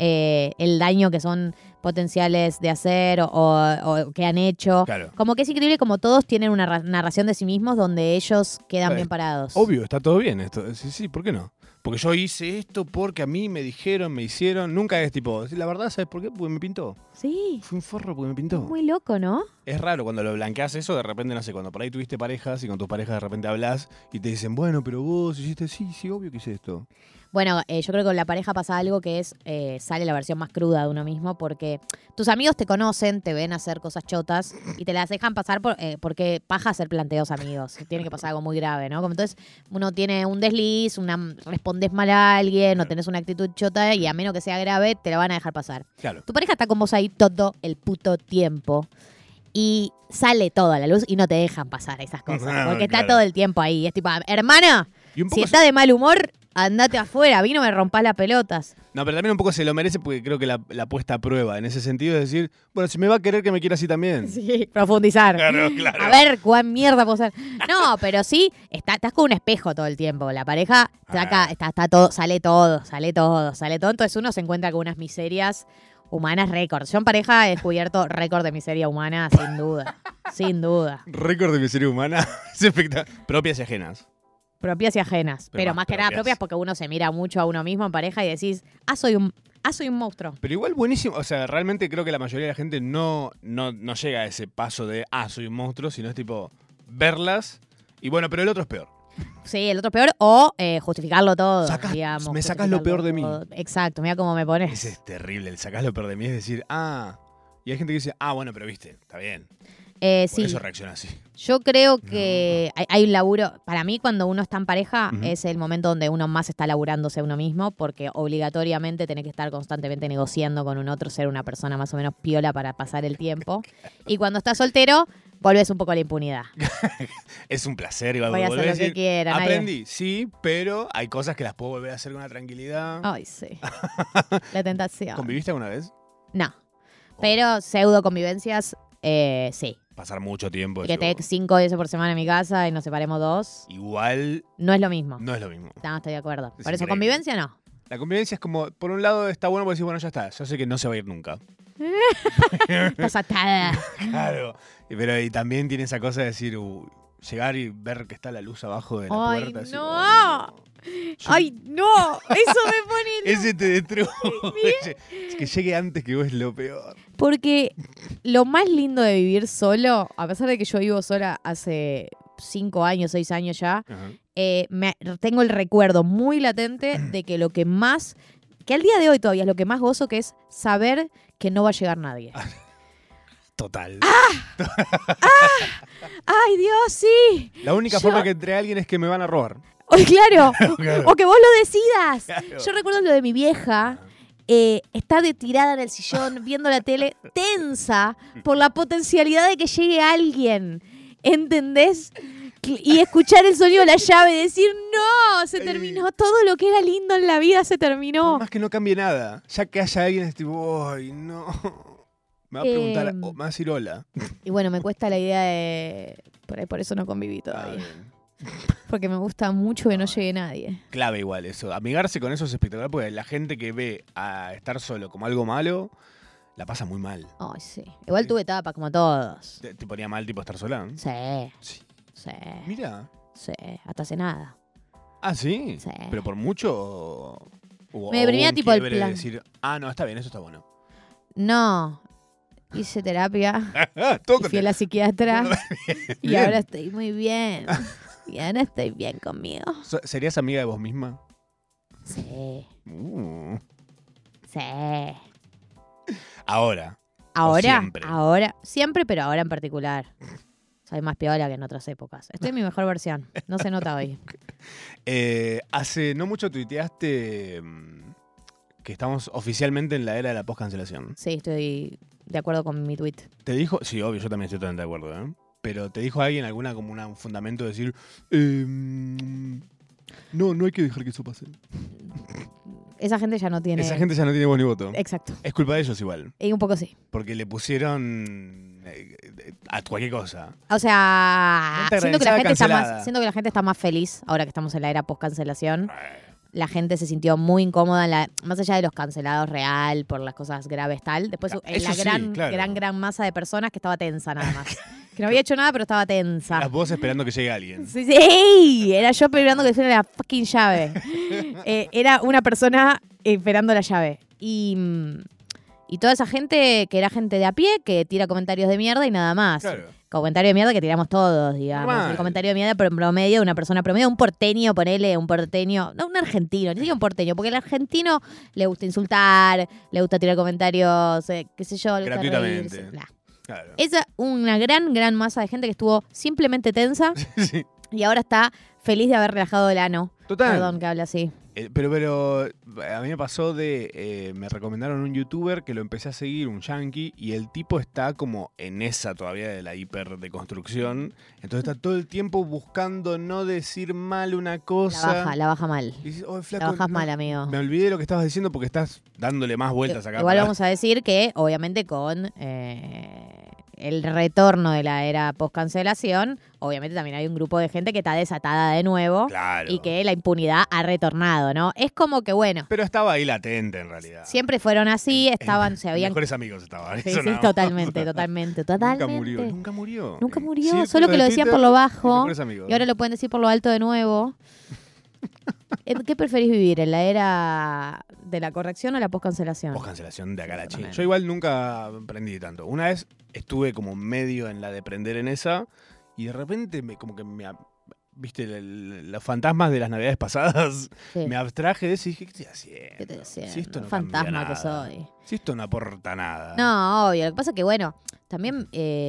el daño que son potenciales de hacer o que han hecho. Claro. Como que es increíble como todos tienen una narración de sí mismos donde ellos quedan Claro. bien parados. Obvio, está todo bien esto. Sí, ¿por qué no? Porque yo hice esto porque a mí me dijeron, me hicieron. Nunca es tipo, la verdad, ¿sabes por qué? Porque me pintó. Sí, Fui un forro porque me pintó. muy loco, ¿no? Es raro cuando lo blanqueas eso, de repente, no sé, cuando por ahí tuviste parejas y con tus parejas de repente hablas y te dicen, bueno, pero vos hiciste, sí, obvio que hice esto. Bueno, yo creo que con la pareja pasa algo que es, sale la versión más cruda de uno mismo porque tus amigos te conocen, te ven hacer cosas chotas y te las dejan pasar porque paja hacer planteos amigos. Tiene que pasar algo muy grave, ¿no? Como entonces uno tiene un desliz, respondes mal a alguien o tenés una actitud chota y a menos que sea grave te la van a dejar pasar. Claro. Tu pareja está con vos ahí todo el puto tiempo. y sale todo a la luz y no te dejan pasar esas cosas. Ah, Porque está claro. todo el tiempo ahí. Es tipo, hermana, Y un si poco estás de mal humor, andate afuera. A mí no me rompas las pelotas. No, pero también un poco se lo merece porque creo que la puesta a prueba en ese sentido es decir, bueno, si me va a querer que me quiera así también. Sí, profundizar. Claro, claro. A ver cuán mierda puedo ser. No, pero sí, estás con un espejo todo el tiempo. La pareja saca, está todo, sale todo. Entonces uno se encuentra con unas miserias humanas récord. Yo en pareja he descubierto récord de miseria humana, sin duda. Sin duda. Récord de miseria humana. Es espectacular. Propias y ajenas. Propias y ajenas. Pero Pero más más que nada propias. propias porque uno se mira mucho a uno mismo en pareja y decís, soy un monstruo. Pero igual buenísimo. O sea, realmente creo que la mayoría de la gente no llega a ese paso de, soy un monstruo, sino es tipo verlas y bueno, pero el otro es peor. Sí, el otro peor o justificarlo todo, Sacás- digamos. me sacás lo peor de mí. todo. Exacto, mira cómo me pones. Ese es terrible. El sacás lo peor de mí es decir, Y hay gente que dice, bueno, pero viste, está bien. Por Sí, eso reacciona así. yo creo que hay un laburo. Para mí, cuando uno está en pareja, Ujú. es el momento donde uno más está laburándose a uno mismo, porque obligatoriamente tenés que estar constantemente negociando con un otro, ser una persona más o menos piola para pasar el tiempo. Y cuando estás soltero, volvés un poco a la impunidad. Es un placer. Igual Voy a hacer volver lo que decir, quiera. nadie- aprendí, sí, pero hay cosas que las puedo volver a hacer con una tranquilidad. Ay, sí. La tentación. ¿Conviviste alguna vez? No. Pero pseudo convivencias, sí. Pasar mucho tiempo. Y que decir, te 5 veces por semana en mi casa y nos separemos 2, igual no es lo mismo. no es lo mismo. No, estoy de acuerdo. Es Por eso, increíble. convivencia no. La convivencia es como, por un lado está bueno porque decís, bueno, ya está, yo sé que no se va a ir nunca. Estás atada. Claro. Pero y también tiene esa cosa de decir, llegar y ver que está la luz abajo de la Ay, puerta. decir, no. "Ay, Yo- ¡Ay, no! Eso me pone... Ese te destruye. Es que llegue antes que vos es lo peor. Porque lo más lindo de vivir solo, a pesar de que yo vivo sola hace 5 años, 6 años ya, Ajá. tengo el recuerdo muy latente de que lo que más, que al día de hoy todavía es lo que más gozo, que es saber que no va a llegar nadie. Total. ¡Ay, Dios, sí! La única Yo- forma que entre alguien es que me van a robar. ¡Oh, claro! Claro. O que vos lo decidas. Claro. Yo recuerdo lo de mi vieja. Está tirada en el sillón viendo la tele tensa por la potencialidad de que llegue alguien. ¿Entendés? Y escuchar el sonido de la llave y decir, no, se terminó. Todo lo que era lindo en la vida se Por terminó. más que no cambie nada. Ya que haya alguien es tipo, ay, no. Me va a preguntar, me va a decir hola. Y bueno, me cuesta la idea de... Por eso no conviví Ah, todavía. bien. Porque me gusta mucho que no llegue nadie. Clave igual eso. Amigarse con eso es espectacular porque la gente que ve a estar solo como algo malo, la pasa muy mal. Ay, sí. Igual tuve etapas como todos. ¿Te ponía mal tipo estar sola? Sí, Sí. sí, Mira. sí. Hasta hace nada. Ah, ¿sí? Sí. ¿Pero por mucho o Me deprimía un tipo el quiebre de plan. decir, no, está bien, eso está bueno? No. Hice terapia Todo y fui a la psiquiatra Bueno, y bien. ahora estoy muy bien. Y ahora estoy bien conmigo. ¿Serías amiga de vos misma? Sí, Uh. sí. Ahora. Ahora, siempre. ahora, siempre, pero ahora en particular. Soy más piola que en otras épocas. Estoy en mi mejor versión. No se nota hoy. Hace no mucho tuiteaste que estamos oficialmente en la era de la post-cancelación. Sí, estoy de acuerdo con mi tweet. ¿Te dijo? Sí, obvio, yo también estoy totalmente de acuerdo, ¿eh? Pero ¿te dijo alguien un fundamento de decir, no hay que dejar que eso pase? Esa gente ya no tiene... Esa gente ya no tiene voz ni voto. Exacto. Es culpa de ellos igual, Y un poco sí. porque le pusieron a cualquier cosa. O sea, Gente siento que, la organizada, gente está cancelada. más, siento que la gente está más feliz ahora que estamos en la era post-cancelación. La gente se sintió muy incómoda, más allá de los cancelados real, por las cosas graves tal. Después en Eso la sí, gran, claro. gran masa de personas que estaba tensa nada más. Que no había hecho nada, pero estaba tensa. Las voces esperando que llegue alguien. Sí, sí, era yo esperando que suene la fucking llave. Era una persona esperando la llave. Y toda esa gente que era gente de a pie, que tira comentarios de mierda y nada más. Claro. Comentario de mierda que tiramos todos, digamos. Normal. El comentario de mierda en promedio de una persona promedio, un porteño, ponele, un porteño, no un argentino, ni siquiera un porteño, porque al argentino le gusta insultar, le gusta tirar comentarios, qué sé yo, le gusta Gratuitamente. reírse, bla. Claro. Esa una gran masa de gente que estuvo simplemente tensa Sí. y ahora está feliz de haber relajado el ano. Total. Perdón que hable así. Pero a mí me pasó me recomendaron un youtuber que lo empecé a seguir, un yankee, y el tipo está como en esa todavía de la hiperdeconstrucción. Entonces está todo el tiempo buscando no decir mal una cosa. La baja mal. Y dices, "Oh, flaco, La bajas no, mal, amigo. me olvidé de lo que estabas diciendo porque estás dándole más vueltas acá. Igual vamos a decir que, obviamente, con el retorno de la era post-cancelación, obviamente también hay un grupo de gente que está desatada de nuevo. Claro. Y que la impunidad ha retornado, ¿no? Es como que, bueno, Pero estaba ahí latente en realidad. siempre fueron así, se habían... Mejores amigos estaban. Sí, eso sí, nada más. totalmente. Nunca murió. Nunca murió, Círculo solo que de lo decían Twitter por lo y bajo. Mejores amigos. Y ahora lo pueden decir por lo alto de nuevo. ¿Qué preferís vivir? ¿En la era de la corrección o la post-cancelación? Post-cancelación de acá a la China. Totalmente. Yo igual nunca aprendí tanto. Una vez estuve como medio en la de prender en esa y de repente viste, los fantasmas de las navidades pasadas, Sí. me abstraje de eso y dije, ¿qué estoy haciendo? ¿Qué estoy haciendo? Si esto no Fantasma cambia que nada. soy. Si esto no aporta nada. No, obvio. Lo que pasa es que, bueno, también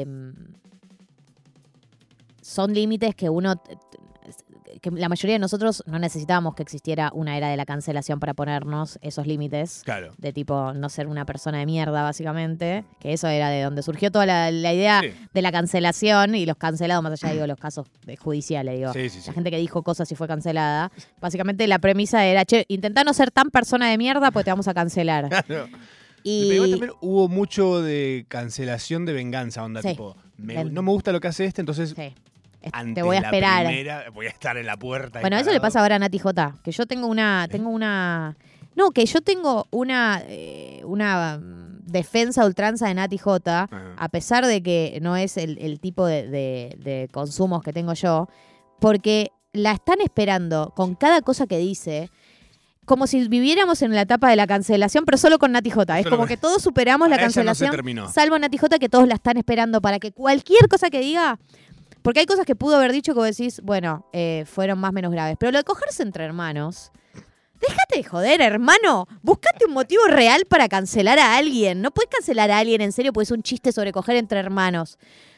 son límites que que la mayoría de nosotros no necesitábamos que existiera una era de la cancelación para ponernos esos límites. Claro. De tipo no ser una persona de mierda, básicamente. Que eso era de donde surgió toda la idea Sí. de la cancelación y los cancelados, más allá de los casos judiciales, digo. Sí. La gente que dijo cosas y fue cancelada. Básicamente la premisa era, che, intentá no ser tan persona de mierda porque te vamos a cancelar. Claro. Y Pero igual también hubo mucho de cancelación de venganza, onda, Sí. tipo, no me gusta lo que hace entonces sí, ante te voy a la esperar. primera voy a estar en la puerta. Bueno, eso le pasa ahora a Nati J, que yo tengo una... No, que yo tengo una defensa a ultranza de Nati J, a pesar de que no es el tipo de consumos que tengo yo, porque la están esperando con cada cosa que dice, como si viviéramos en la etapa de la cancelación, pero solo con Nati J. Es Solo como con- que todos superamos la Para ella no se cancelación, terminó. salvo Nati J, que todos la están esperando para que cualquier cosa que diga... Porque hay cosas que pudo haber dicho que vos decís, bueno, fueron más o menos graves. Pero lo de cogerse entre hermanos... Déjate de joder, hermano. Búscate un motivo real para cancelar a alguien. No puedes cancelar a alguien en serio porque es un chiste sobre coger entre hermanos.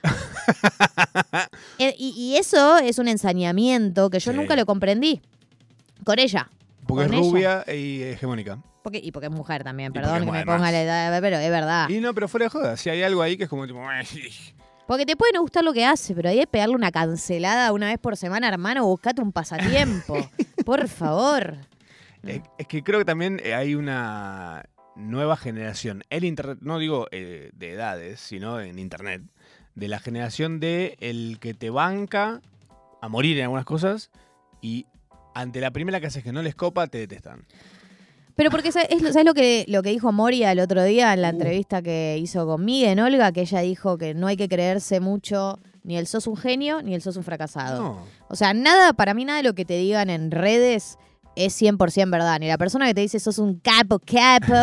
Y eso es un ensañamiento que yo Sí. nunca lo comprendí. Con ella. Porque es con ella. rubia y hegemónica. Y porque es mujer también, Y porque perdón es que me mujer, ponga más. la edad, pero es verdad. Y no, pero fuera de joda, si hay algo ahí que es como tipo... Porque te puede no gustar lo que hace, pero ahí de pegarle una cancelada una vez por semana, hermano, buscate un pasatiempo. Por favor. Es que creo que también hay una nueva generación. El internet, no digo de edades, sino en internet. De la generación de el que te banca a morir en algunas cosas y ante la primera que haces que no les copa, te detestan. Pero porque ¿sabes lo que dijo Moria el otro día en la entrevista que hizo con Miguel, Olga? Que ella dijo que no hay que creerse mucho ni el sos un genio ni el sos un fracasado. No. O sea, para mí nada de lo que te digan en redes es 100% verdad. Ni la persona que te dice sos un capo. Ni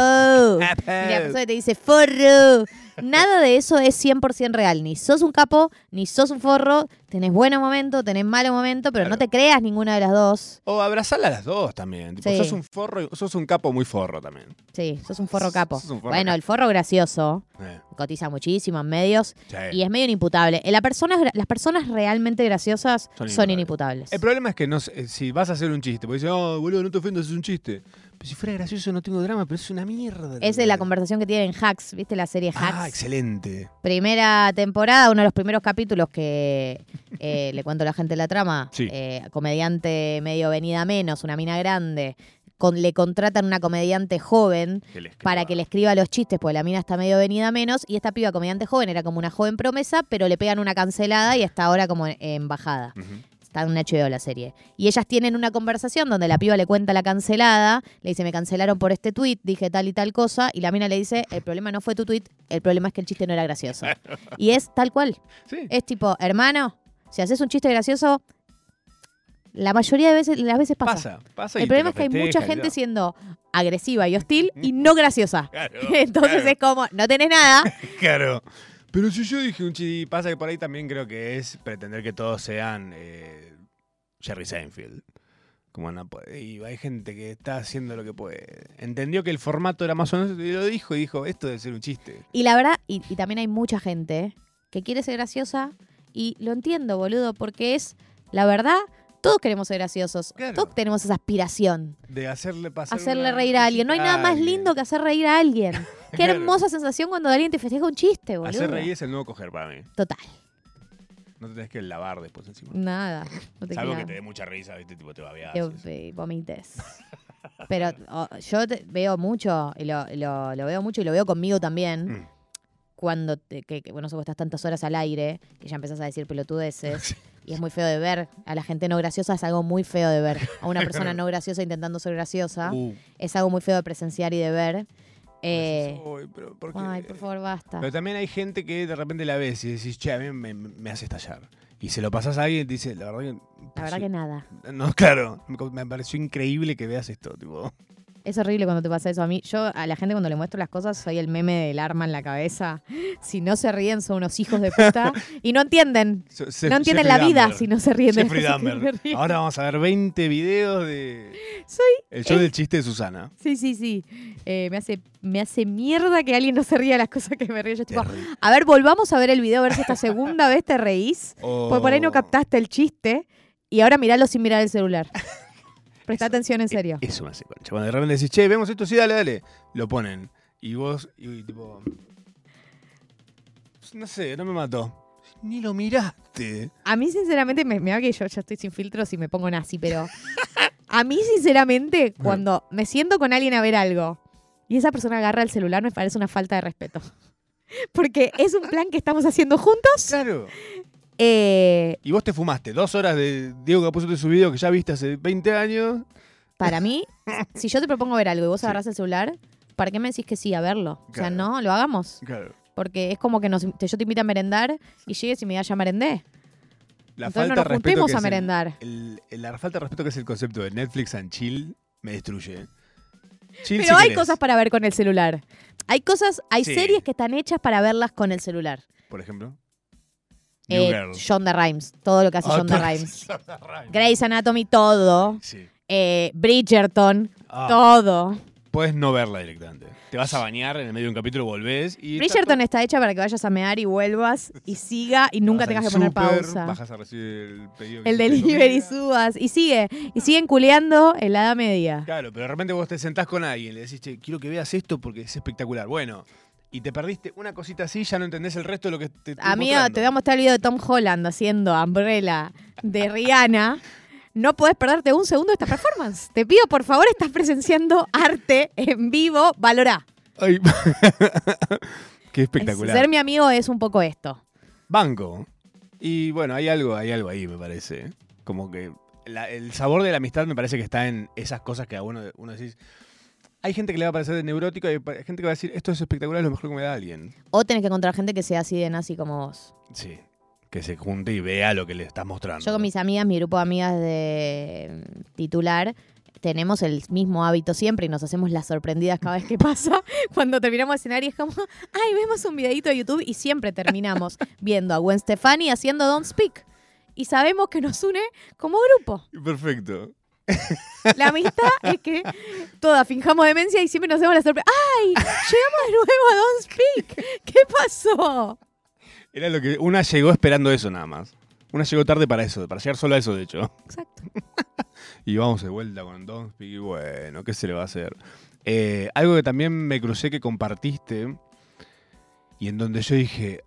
la persona que te dice forro. Nada de eso es 100% real. Ni sos un capo, ni sos un forro. Tenés buenos momentos, tenés malos momentos, pero Claro. no te creas ninguna de las dos. O abrazarla a las dos también. Tipo, Sí. sos un forro, sos un capo muy forro también. Sí, sos un forro capo. Sos un forro Bueno, capo. el forro gracioso Eh, cotiza muchísimo en medios sí. y es medio inimputable. Las personas realmente graciosas son inimputables. El problema es que no, si vas a hacer un chiste, porque dices, oh, boludo, no te ofendas, es un chiste. Pero si fuera gracioso no tengo drama, pero es una mierda. Esa es la conversación que tienen Hacks, ¿viste la serie Hacks? Ah, excelente. Primera temporada, uno de los primeros capítulos que le cuento a la gente la trama. Sí. Comediante medio venida menos, una mina grande. Le contratan una comediante joven para que le escriba los chistes, porque la mina está medio venida menos. Y esta piba comediante joven era como una joven promesa, pero le pegan una cancelada y está ahora como en bajada. Está en un HBO la serie. Y ellas tienen una conversación donde la piba le cuenta la cancelada, le dice, me cancelaron por este tuit, dije tal y tal cosa, y la mina le dice, el problema no fue tu tuit, el problema es que el chiste no era gracioso. Y es tal cual. Sí. Es tipo, hermano, si haces un chiste gracioso, la mayoría de las veces pasa. Pasa El problema es que hay mucha gente siendo agresiva y hostil y no graciosa. Claro, Entonces claro. es como, no tenés nada. Claro. Pero si yo dije un chiste, pasa que por ahí también creo que es pretender que todos sean Jerry Seinfeld. Como no puede. Y hay gente que está haciendo lo que puede. Entendió que el formato era más o menos, y lo dijo, y dijo, esto debe ser un chiste. Y la verdad, y también hay mucha gente que quiere ser graciosa y lo entiendo, boludo, porque es la verdad, Todos queremos ser graciosos. Claro. Todos tenemos esa aspiración. De hacerle pasar Hacerle una reír a alguien. No hay nada más alguien. lindo que hacer reír a alguien. Qué Claro. hermosa sensación cuando alguien te festeja un chiste, boludo. Hacer reír es el nuevo coger para mí. Total. No te tenés que lavar después encima. Nada. No te Salvo queda- que te dé mucha risa, ¿viste? Tipo, te babeás. que vomites. Pero yo veo mucho, y lo veo mucho y lo veo conmigo también, Mm. cuando bueno, vos estás tantas horas al aire, que ya empezás a decir pelotudeces, y es muy feo de ver. A la gente no graciosa es algo muy feo de ver. A una persona no graciosa intentando ser graciosa es algo muy feo de presenciar y de ver. Uy, pero ¿por qué? Ay, por favor, basta. Pero también hay gente que de repente la ves y decís, che, a mí me hace estallar. Y se lo pasás a alguien y te dice, la verdad que... La verdad que nada. No, claro, me pareció increíble que veas esto, tipo... Es horrible cuando te pasa eso. Yo a la gente cuando le muestro las cosas soy el meme del arma en la cabeza. Si no se ríen son unos hijos de puta y no entienden. No entienden la vida si no se ríen de Jeffrey las cosas que Dahmer. me ríen. Ahora vamos a ver 20 videos de... El show del chiste de Susana. Sí. Me hace mierda que alguien no se ría de las cosas que me río. Yo tipo, Terrible. a ver, volvamos a ver el video, a ver si esta segunda vez te reís. O- Porque por ahí no captaste el chiste y ahora miralo sin mirar el celular. Presta atención en serio. Eso me hace concha. Cuando de repente decís, che, vemos esto, sí, dale. Lo ponen. Y vos, y tipo... No sé, no me mató. Ni lo miraste. A mí, sinceramente, me va que yo ya estoy sin filtros y me pongo nazi, pero a mí, sinceramente, cuando me siento con alguien a ver algo y esa persona agarra el celular, me parece una falta de respeto. Porque es un plan que estamos haciendo juntos. Claro. Eh, Y vos te fumaste 2 horas de Diego Capuzotto de su video que ya viste hace 20 años. para mí, si yo te propongo ver algo y vos Sí. agarrás el celular, ¿para qué me decís que sí a verlo? O sea, Claro. no, lo hagamos. Claro. Porque es como que yo te invito a merendar y llegues y me digas ya merendé. La Entonces falta no de nos respeto juntemos que a es merendar. la falta de respeto que es el concepto de Netflix and chill me destruye. Chill Pero si hay querés. cosas para ver con el celular. Hay Sí. series que están hechas para verlas con el celular. Por ejemplo. New Girl. Shonda Rhimes, todo lo que hace Ah, Shonda todo- Rhimes. Shonda Rhimes. Grey's Anatomy, todo. Sí. Bridgerton, Ah, todo. Puedes no verla directamente. Te vas a bañar en el medio de un capítulo, volvés y... Bridgerton está hecha para que vayas a mear y vuelvas y siga y nunca Vas tengas al que poner súper, pausa. Bajas a recibir el pedido. que El hiciste de delivery comida. subas y siguen culeando en la edad media. Claro, pero de repente vos te sentás con alguien y le decís, che, quiero que veas esto porque es espectacular. Bueno, y te perdiste una cosita así, ya no entendés el resto de lo que te estoy Amigo, mostrando. te voy a mostrar el video de Tom Holland haciendo Umbrella de Rihanna. No podés perderte un segundo de esta performance. Te pido, por favor, estás presenciando arte en vivo. Valorá. Ay. Qué espectacular. Ser mi amigo es un poco esto. Banco. Y bueno, hay algo ahí, me parece. Como que el sabor de la amistad me parece que está en esas cosas que a uno decís. Hay gente que le va a parecer neurótico y hay gente que va a decir, esto es espectacular, es lo mejor que me da alguien. O tenés que encontrar gente que sea así de nazi como vos. Sí. Que se junte y vea lo que le estás mostrando. Yo con mis amigas, mi grupo de amigas de titular, tenemos el mismo hábito siempre y nos hacemos las sorprendidas cada vez que pasa. Cuando terminamos el escenario es como, ay, vemos un videito de YouTube y siempre terminamos viendo a Gwen Stefani haciendo Don't Speak. Y sabemos que nos une como grupo. Perfecto. La amistad es que todas finjamos demencia y siempre nos hacemos la sorpresa. ¡Ay! Llegamos de nuevo a Don't Speak. ¿Qué pasó? Era lo que una llegó esperando eso nada más. Una llegó tarde para eso, para llegar solo a eso, de hecho. Exacto. Y vamos de vuelta con Don't Speak y bueno, ¿qué se le va a hacer? Algo que también me crucé que compartiste y en donde yo dije,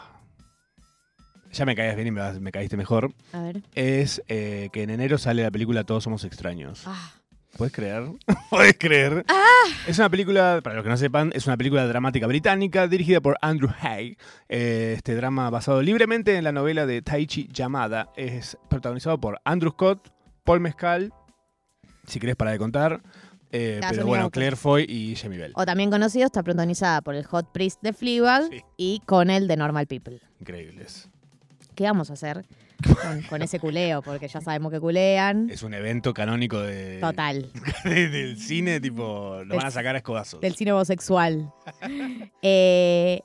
ya me caías bien y me caíste mejor, A ver. es que en enero sale la película Todos Somos Extraños. Ah. ¿Puedes creer? ¿Puedes creer? Es una película, para los que no sepan, es una película dramática británica dirigida por Andrew Haigh. Este drama basado libremente en la novela de Taichi Yamada. Es protagonizado por Andrew Scott, Paul Mescal, si querés para de contar. Pero un bueno, minuto. Claire Foy y Jamie Bell. O también conocido, está protagonizada por el Hot Priest de Fleabag Sí. y con el de Normal People. Increíbles. ¿Qué vamos a hacer con ese culeo? Porque ya sabemos que culean. Es un evento canónico Total. del cine, tipo, lo van a sacar a escobazos. Del cine homosexual. Es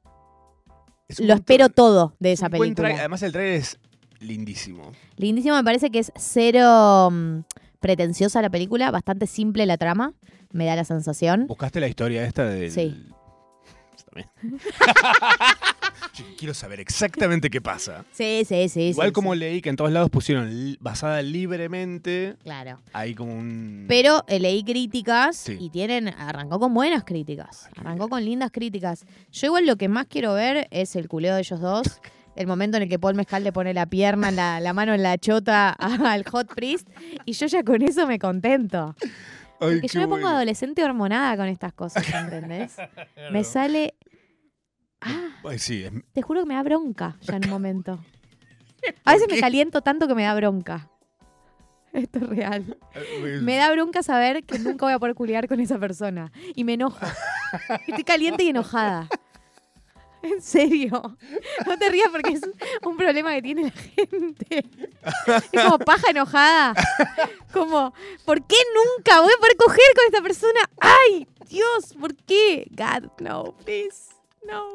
un Lo espero montón. todo de esa Un buen película. Además, el trailer es lindísimo. Lindísimo, me parece que es cero pretenciosa la película, bastante simple la trama, me da la sensación. ¿Buscaste la historia esta del...? Sí. También. Yo quiero saber exactamente qué pasa. Sí. Igual sí, como sí. leí que en todos lados pusieron basada libremente, Claro. hay como un... Pero leí críticas Sí. y arrancó con buenas críticas. Arrancó con lindas críticas. Yo igual lo que más quiero ver es el culeo de ellos dos. El momento en el que Paul Mescal le pone la pierna, la mano en la chota al Hot Priest. Y yo ya con eso me contento. Ay, Porque qué yo me pongo bueno. adolescente hormonada con estas cosas, ¿entendés? Me sale... Ay, sí, Te juro que me da bronca ya en un momento. A veces me caliento tanto que me da bronca. Esto es real. Me da bronca saber que nunca voy a poder culiar con esa persona. Y me enojo. Estoy caliente y enojada. En serio. No te rías porque es un problema que tiene la gente. Es como paja enojada. Como, ¿por qué nunca voy a poder coger con esta persona? ¡Ay, Dios! ¿Por qué? God, no, please. No.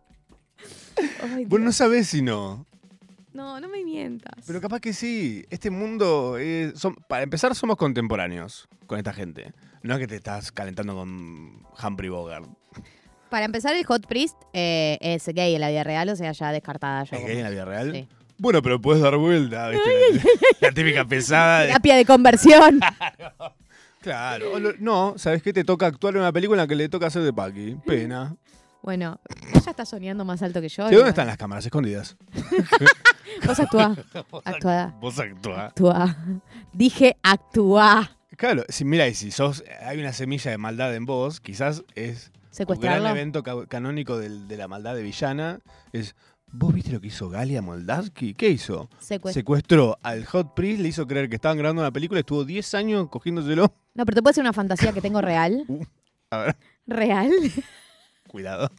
Ay, Bueno, no Dios. sabés si no. No me mientas. Pero capaz que sí. Este mundo, para empezar, somos contemporáneos con esta gente. No es que te estás calentando con Humphrey Bogart. Para empezar, el Hot Priest es gay en la vida real, o sea, ya descartada yo. ¿Es gay en la vida real? Sí. Bueno, pero puedes dar vuelta, ¿viste? La típica pesada. Terapia de conversión. Claro. No, ¿sabes qué? Te toca actuar en una película en la que le toca hacer de Paqui. Pena. Bueno, ella está soñando más alto que yo. ¿De dónde están las cámaras escondidas? Vos actuá. Actuá. Vos actuá. Actuá. Dije actuá. Claro, mira, y si hay una semilla de maldad en vos, quizás es un gran Secuestrarlo. evento canónico de la maldad de villana. ¿Vos viste lo que hizo Galia Moldavsky? ¿Qué hizo? Secuestró al Hot Priest, le hizo creer que estaban grabando una película, estuvo 10 años cogiéndoselo. No, pero te puede ser una fantasía que tengo real. A ver, ¿Real? cuidado.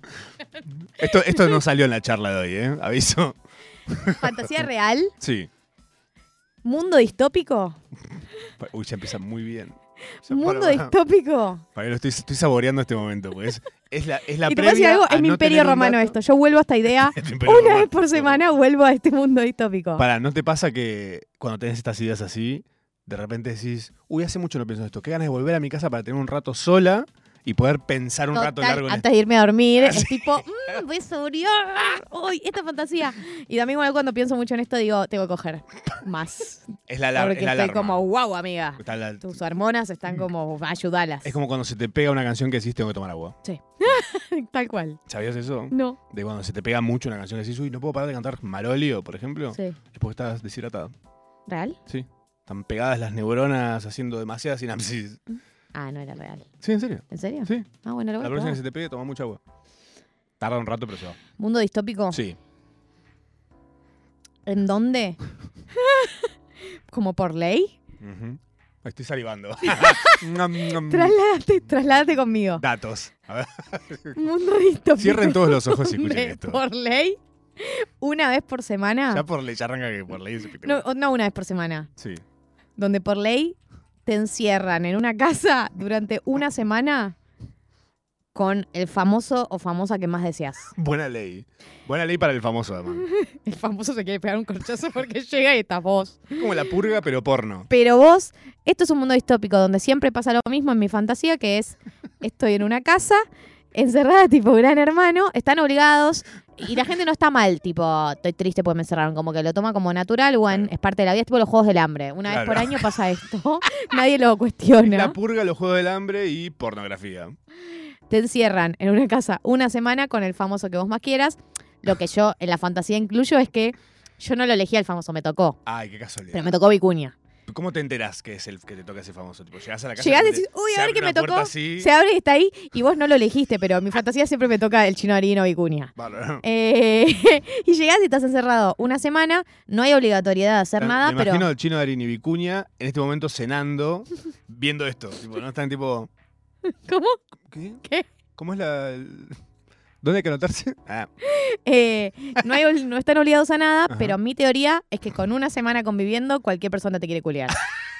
Esto no salió en la charla de hoy, ¿eh? Aviso. ¿Fantasía real? Sí. ¿Mundo distópico? Uy, ya empieza muy bien. ¿Mundo distópico? Para que estoy saboreando este momento, pues. Es la Y te puedo previa decir algo, a es mi no imperio tener un romano dato. esto. Yo vuelvo a esta idea. Es tu imperio Una romano. vez por semana vuelvo a este mundo distópico. ¿No te pasa que cuando tenés estas ideas así, de repente decís, uy, hace mucho no pienso en esto, qué ganas de volver a mi casa para tener un rato sola y poder pensar un rato Total, largo en antes de irme a dormir, Sí. es tipo, voy a saborear hoy esta fantasía. Y también cuando pienso mucho en esto, digo, tengo que coger más. Es la alarma. Porque estoy como, wow, amiga. Está Tus hormonas están como, ayudalas. es como cuando se te pega una canción que decís, tengo que tomar agua. Sí. Tal cual. ¿Sabías eso? No. De cuando se te pega mucho una canción que decís, uy, no puedo parar de cantar Marolio, por ejemplo. Sí. Es porque estás deshidratada. ¿Real? Sí. Están pegadas las neuronas haciendo demasiada sinapsis. Ah, no era real. Sí, en serio. ¿En serio? Sí. Ah, bueno, lo voy La a próxima que probar. se te pegue, toma mucha agua. Tarda un rato, pero se va. ¿Mundo distópico? Sí. ¿En dónde? ¿Como por ley? Ujú. Estoy salivando. Trasladate conmigo. Datos. A ver. Mundo distópico. Cierren todos los ojos y escuchen ¿De esto. ¿Por ley? ¿Una vez por semana? Ya por ley, ya arranca que por ley es espectacular. No una vez por semana. Sí. Donde por ley te encierran en una casa durante una semana con el famoso o famosa que más deseas. Buena ley. Buena ley para el famoso, además. El famoso se quiere pegar un corchazo porque llega y estás vos. Como la purga, pero porno. Pero vos, esto es un mundo distópico donde siempre pasa lo mismo en mi fantasía, que es, estoy en una casa, encerrada tipo Gran Hermano, están obligados y la gente no está mal, tipo, estoy triste porque me encerraron, como que lo toma como natural, bueno, Claro. es parte de la vida, es tipo los Juegos del Hambre. Una vez Claro. por año pasa esto, nadie lo cuestiona. La purga, los juegos del hambre y pornografía. Te encierran en una casa una semana con el famoso que vos más quieras. Lo que yo en la fantasía incluyo es que yo no lo elegí al famoso, me tocó. Ay, qué casualidad. Pero me tocó Vicuña. ¿Cómo te enterás que es el que te toca ese famoso? Tipo, llegás a la casa. Llegás y te- decís, uy, se a ver abre qué me una puerta tocó. así. Se abre y está ahí y vos no lo elegiste, pero en mi fantasía siempre me toca el Chino Arino Vicuña. Bárbaro. Y llegás y estás encerrado una semana, no hay obligatoriedad de hacer nada, Me pero imagino al Chino Darín y Vicuña en este momento cenando, viendo esto. Tipo, ¿no? Están tipo. ¿cómo? ¿Qué? ¿Qué? ¿Cómo es ¿Dónde hay que anotarse? Ah, No están obligados a nada, Ajá. pero mi teoría es que con una semana conviviendo, cualquier persona te quiere culiar.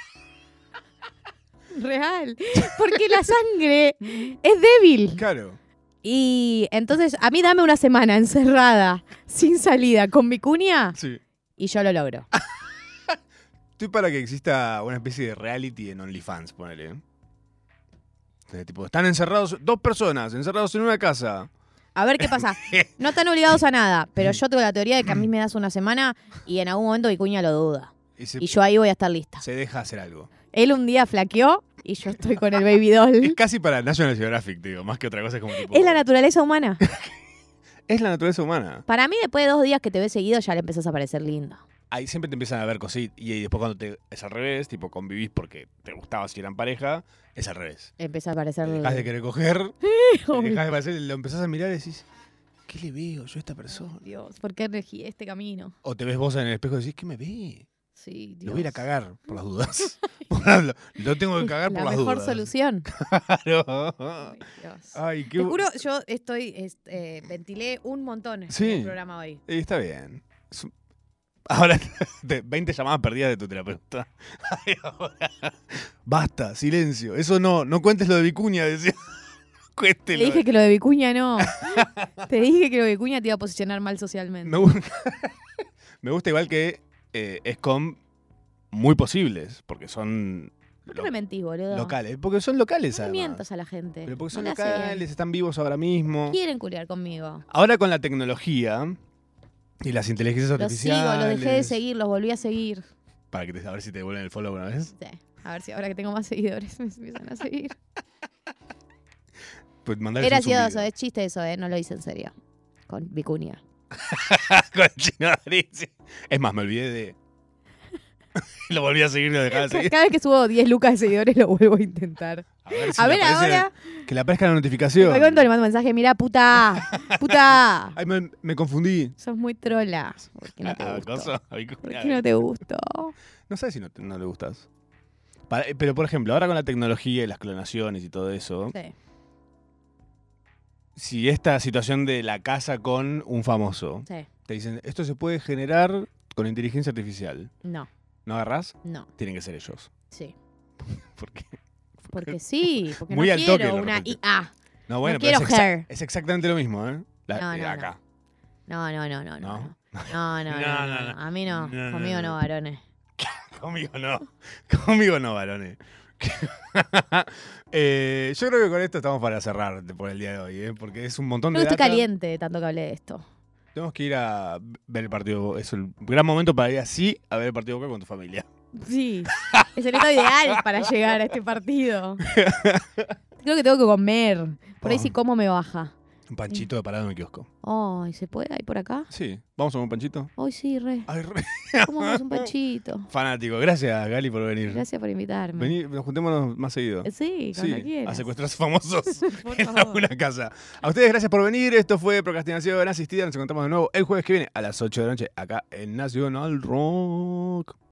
Real. Porque la sangre es débil. claro. Y entonces, a mí dame una semana encerrada, sin salida, con Vicuña, Sí. y yo lo logro. Estoy para que exista una especie de reality en OnlyFans, ponele. Tipo, están encerrados, 2 personas, encerrados en una casa. A ver qué pasa. No están obligados a nada, pero yo tengo la teoría de que a mí me das una semana y en algún momento Vicuña lo duda. Y yo ahí voy a estar lista. Se deja hacer algo. Él un día flaqueó y yo estoy con el baby doll. Es casi para National Geographic, digo, más que otra cosa. Es como tipo... Es la naturaleza humana. Es la naturaleza humana. Para mí, después de 2 días que te ves seguido, ya le empezás a parecer lindo. Ahí siempre te empiezan a ver cositas. Y después cuando es al revés, tipo convivís porque te gustaba si eran pareja, es al revés. Empieza a parecer... Dejás de querer coger, dejás de parecer, lo empezás a mirar y decís, ¿qué le veo yo a esta persona? Dios, ¿por qué elegí este camino? O te ves vos en el espejo y decís, ¿qué me ve? Sí, Dios. Lo voy a ir a cagar por las dudas. lo tengo que cagar por las dudas. La mejor solución. Claro. Ay, Dios. Ay, qué Te juro, yo ventilé un montón en el programa hoy. Está bien. Ahora, 20 llamadas perdidas de tu terapeuta. Ay, ahora. Basta, silencio. Eso no cuentes lo de Vicuña, decía. Cuéntelo. Te dije que lo de Vicuña no. Te dije que lo de Vicuña te iba a posicionar mal socialmente. Me gusta igual que es con muy posibles, porque son... ¿Por qué me mentís, boludo? Locales, porque son locales, No le además. mientas a la gente. Pero porque son No le hace locales, bien. están vivos ahora mismo. Quieren culiar conmigo. Ahora con la tecnología y las inteligencias Los sigo, artificiales... los dejé de seguir, los volví a seguir. Para que a ver si te devuelven el follow una vez. Sí. A ver si ahora que tengo más seguidores me empiezan a seguir. Pues Es mandarles un gracioso, zumbido. es chiste eso, no lo hice en serio. Con Vicuña. Con el chino Darín, sí. Es más, me olvidé de... Lo volví a seguir y lo dejaba de seguir. Cada vez que subo 10 lucas de seguidores lo vuelvo a intentar. Si A le ver aparece- ahora. Que le aparezca la notificación. Me cuento, le mando un mensaje, mira, puta, puta. Ay, me confundí. Sos muy trola. ¿Por qué no te gustó? Cosa, ¿Por qué no te gustó? No sé si no le gustas. Pero, por ejemplo, ahora con la tecnología y las clonaciones y todo eso, Sí. si esta situación de la casa con un famoso, Sí. te dicen, esto se puede generar con inteligencia artificial. No, ¿No agarrás? no, Tienen que ser ellos. sí. ¿Por qué? Porque sí, porque Muy no al toque, quiero de una repente. IA. No, bueno, No pero quiero Her. es exactamente lo mismo, ¿eh? No, no, acá. No. ¿No? No. No. A mí no. No, Conmigo no, varones. Conmigo no. Conmigo no, varones. Yo creo que con esto estamos para cerrar por el día de hoy, ¿eh? Porque es un montón Creo de que estoy data. caliente de tanto que hablé de esto. Tenemos que ir a ver el partido. Es un gran momento para ir así a ver el partido de Boca con tu familia. Sí, es el estado ideal para llegar a este partido. Creo que tengo que comer. Por ahí si como me baja. Un panchito de parado en el kiosco. Ay, ¿se puede ahí por acá? Sí, ¿vamos a comer un panchito? Ay, sí, re. Ay, Comamos un panchito. fanático. Gracias, Gali, por venir. Gracias por invitarme. Vení, nos juntémonos más seguido. Sí, cuando quieras. a secuestrar famosos Por en favor. alguna casa. A ustedes, gracias por venir. Esto fue Procrastinación Asistida. Nos encontramos de nuevo el jueves que viene a las 8 de la noche acá en Nacional Rock.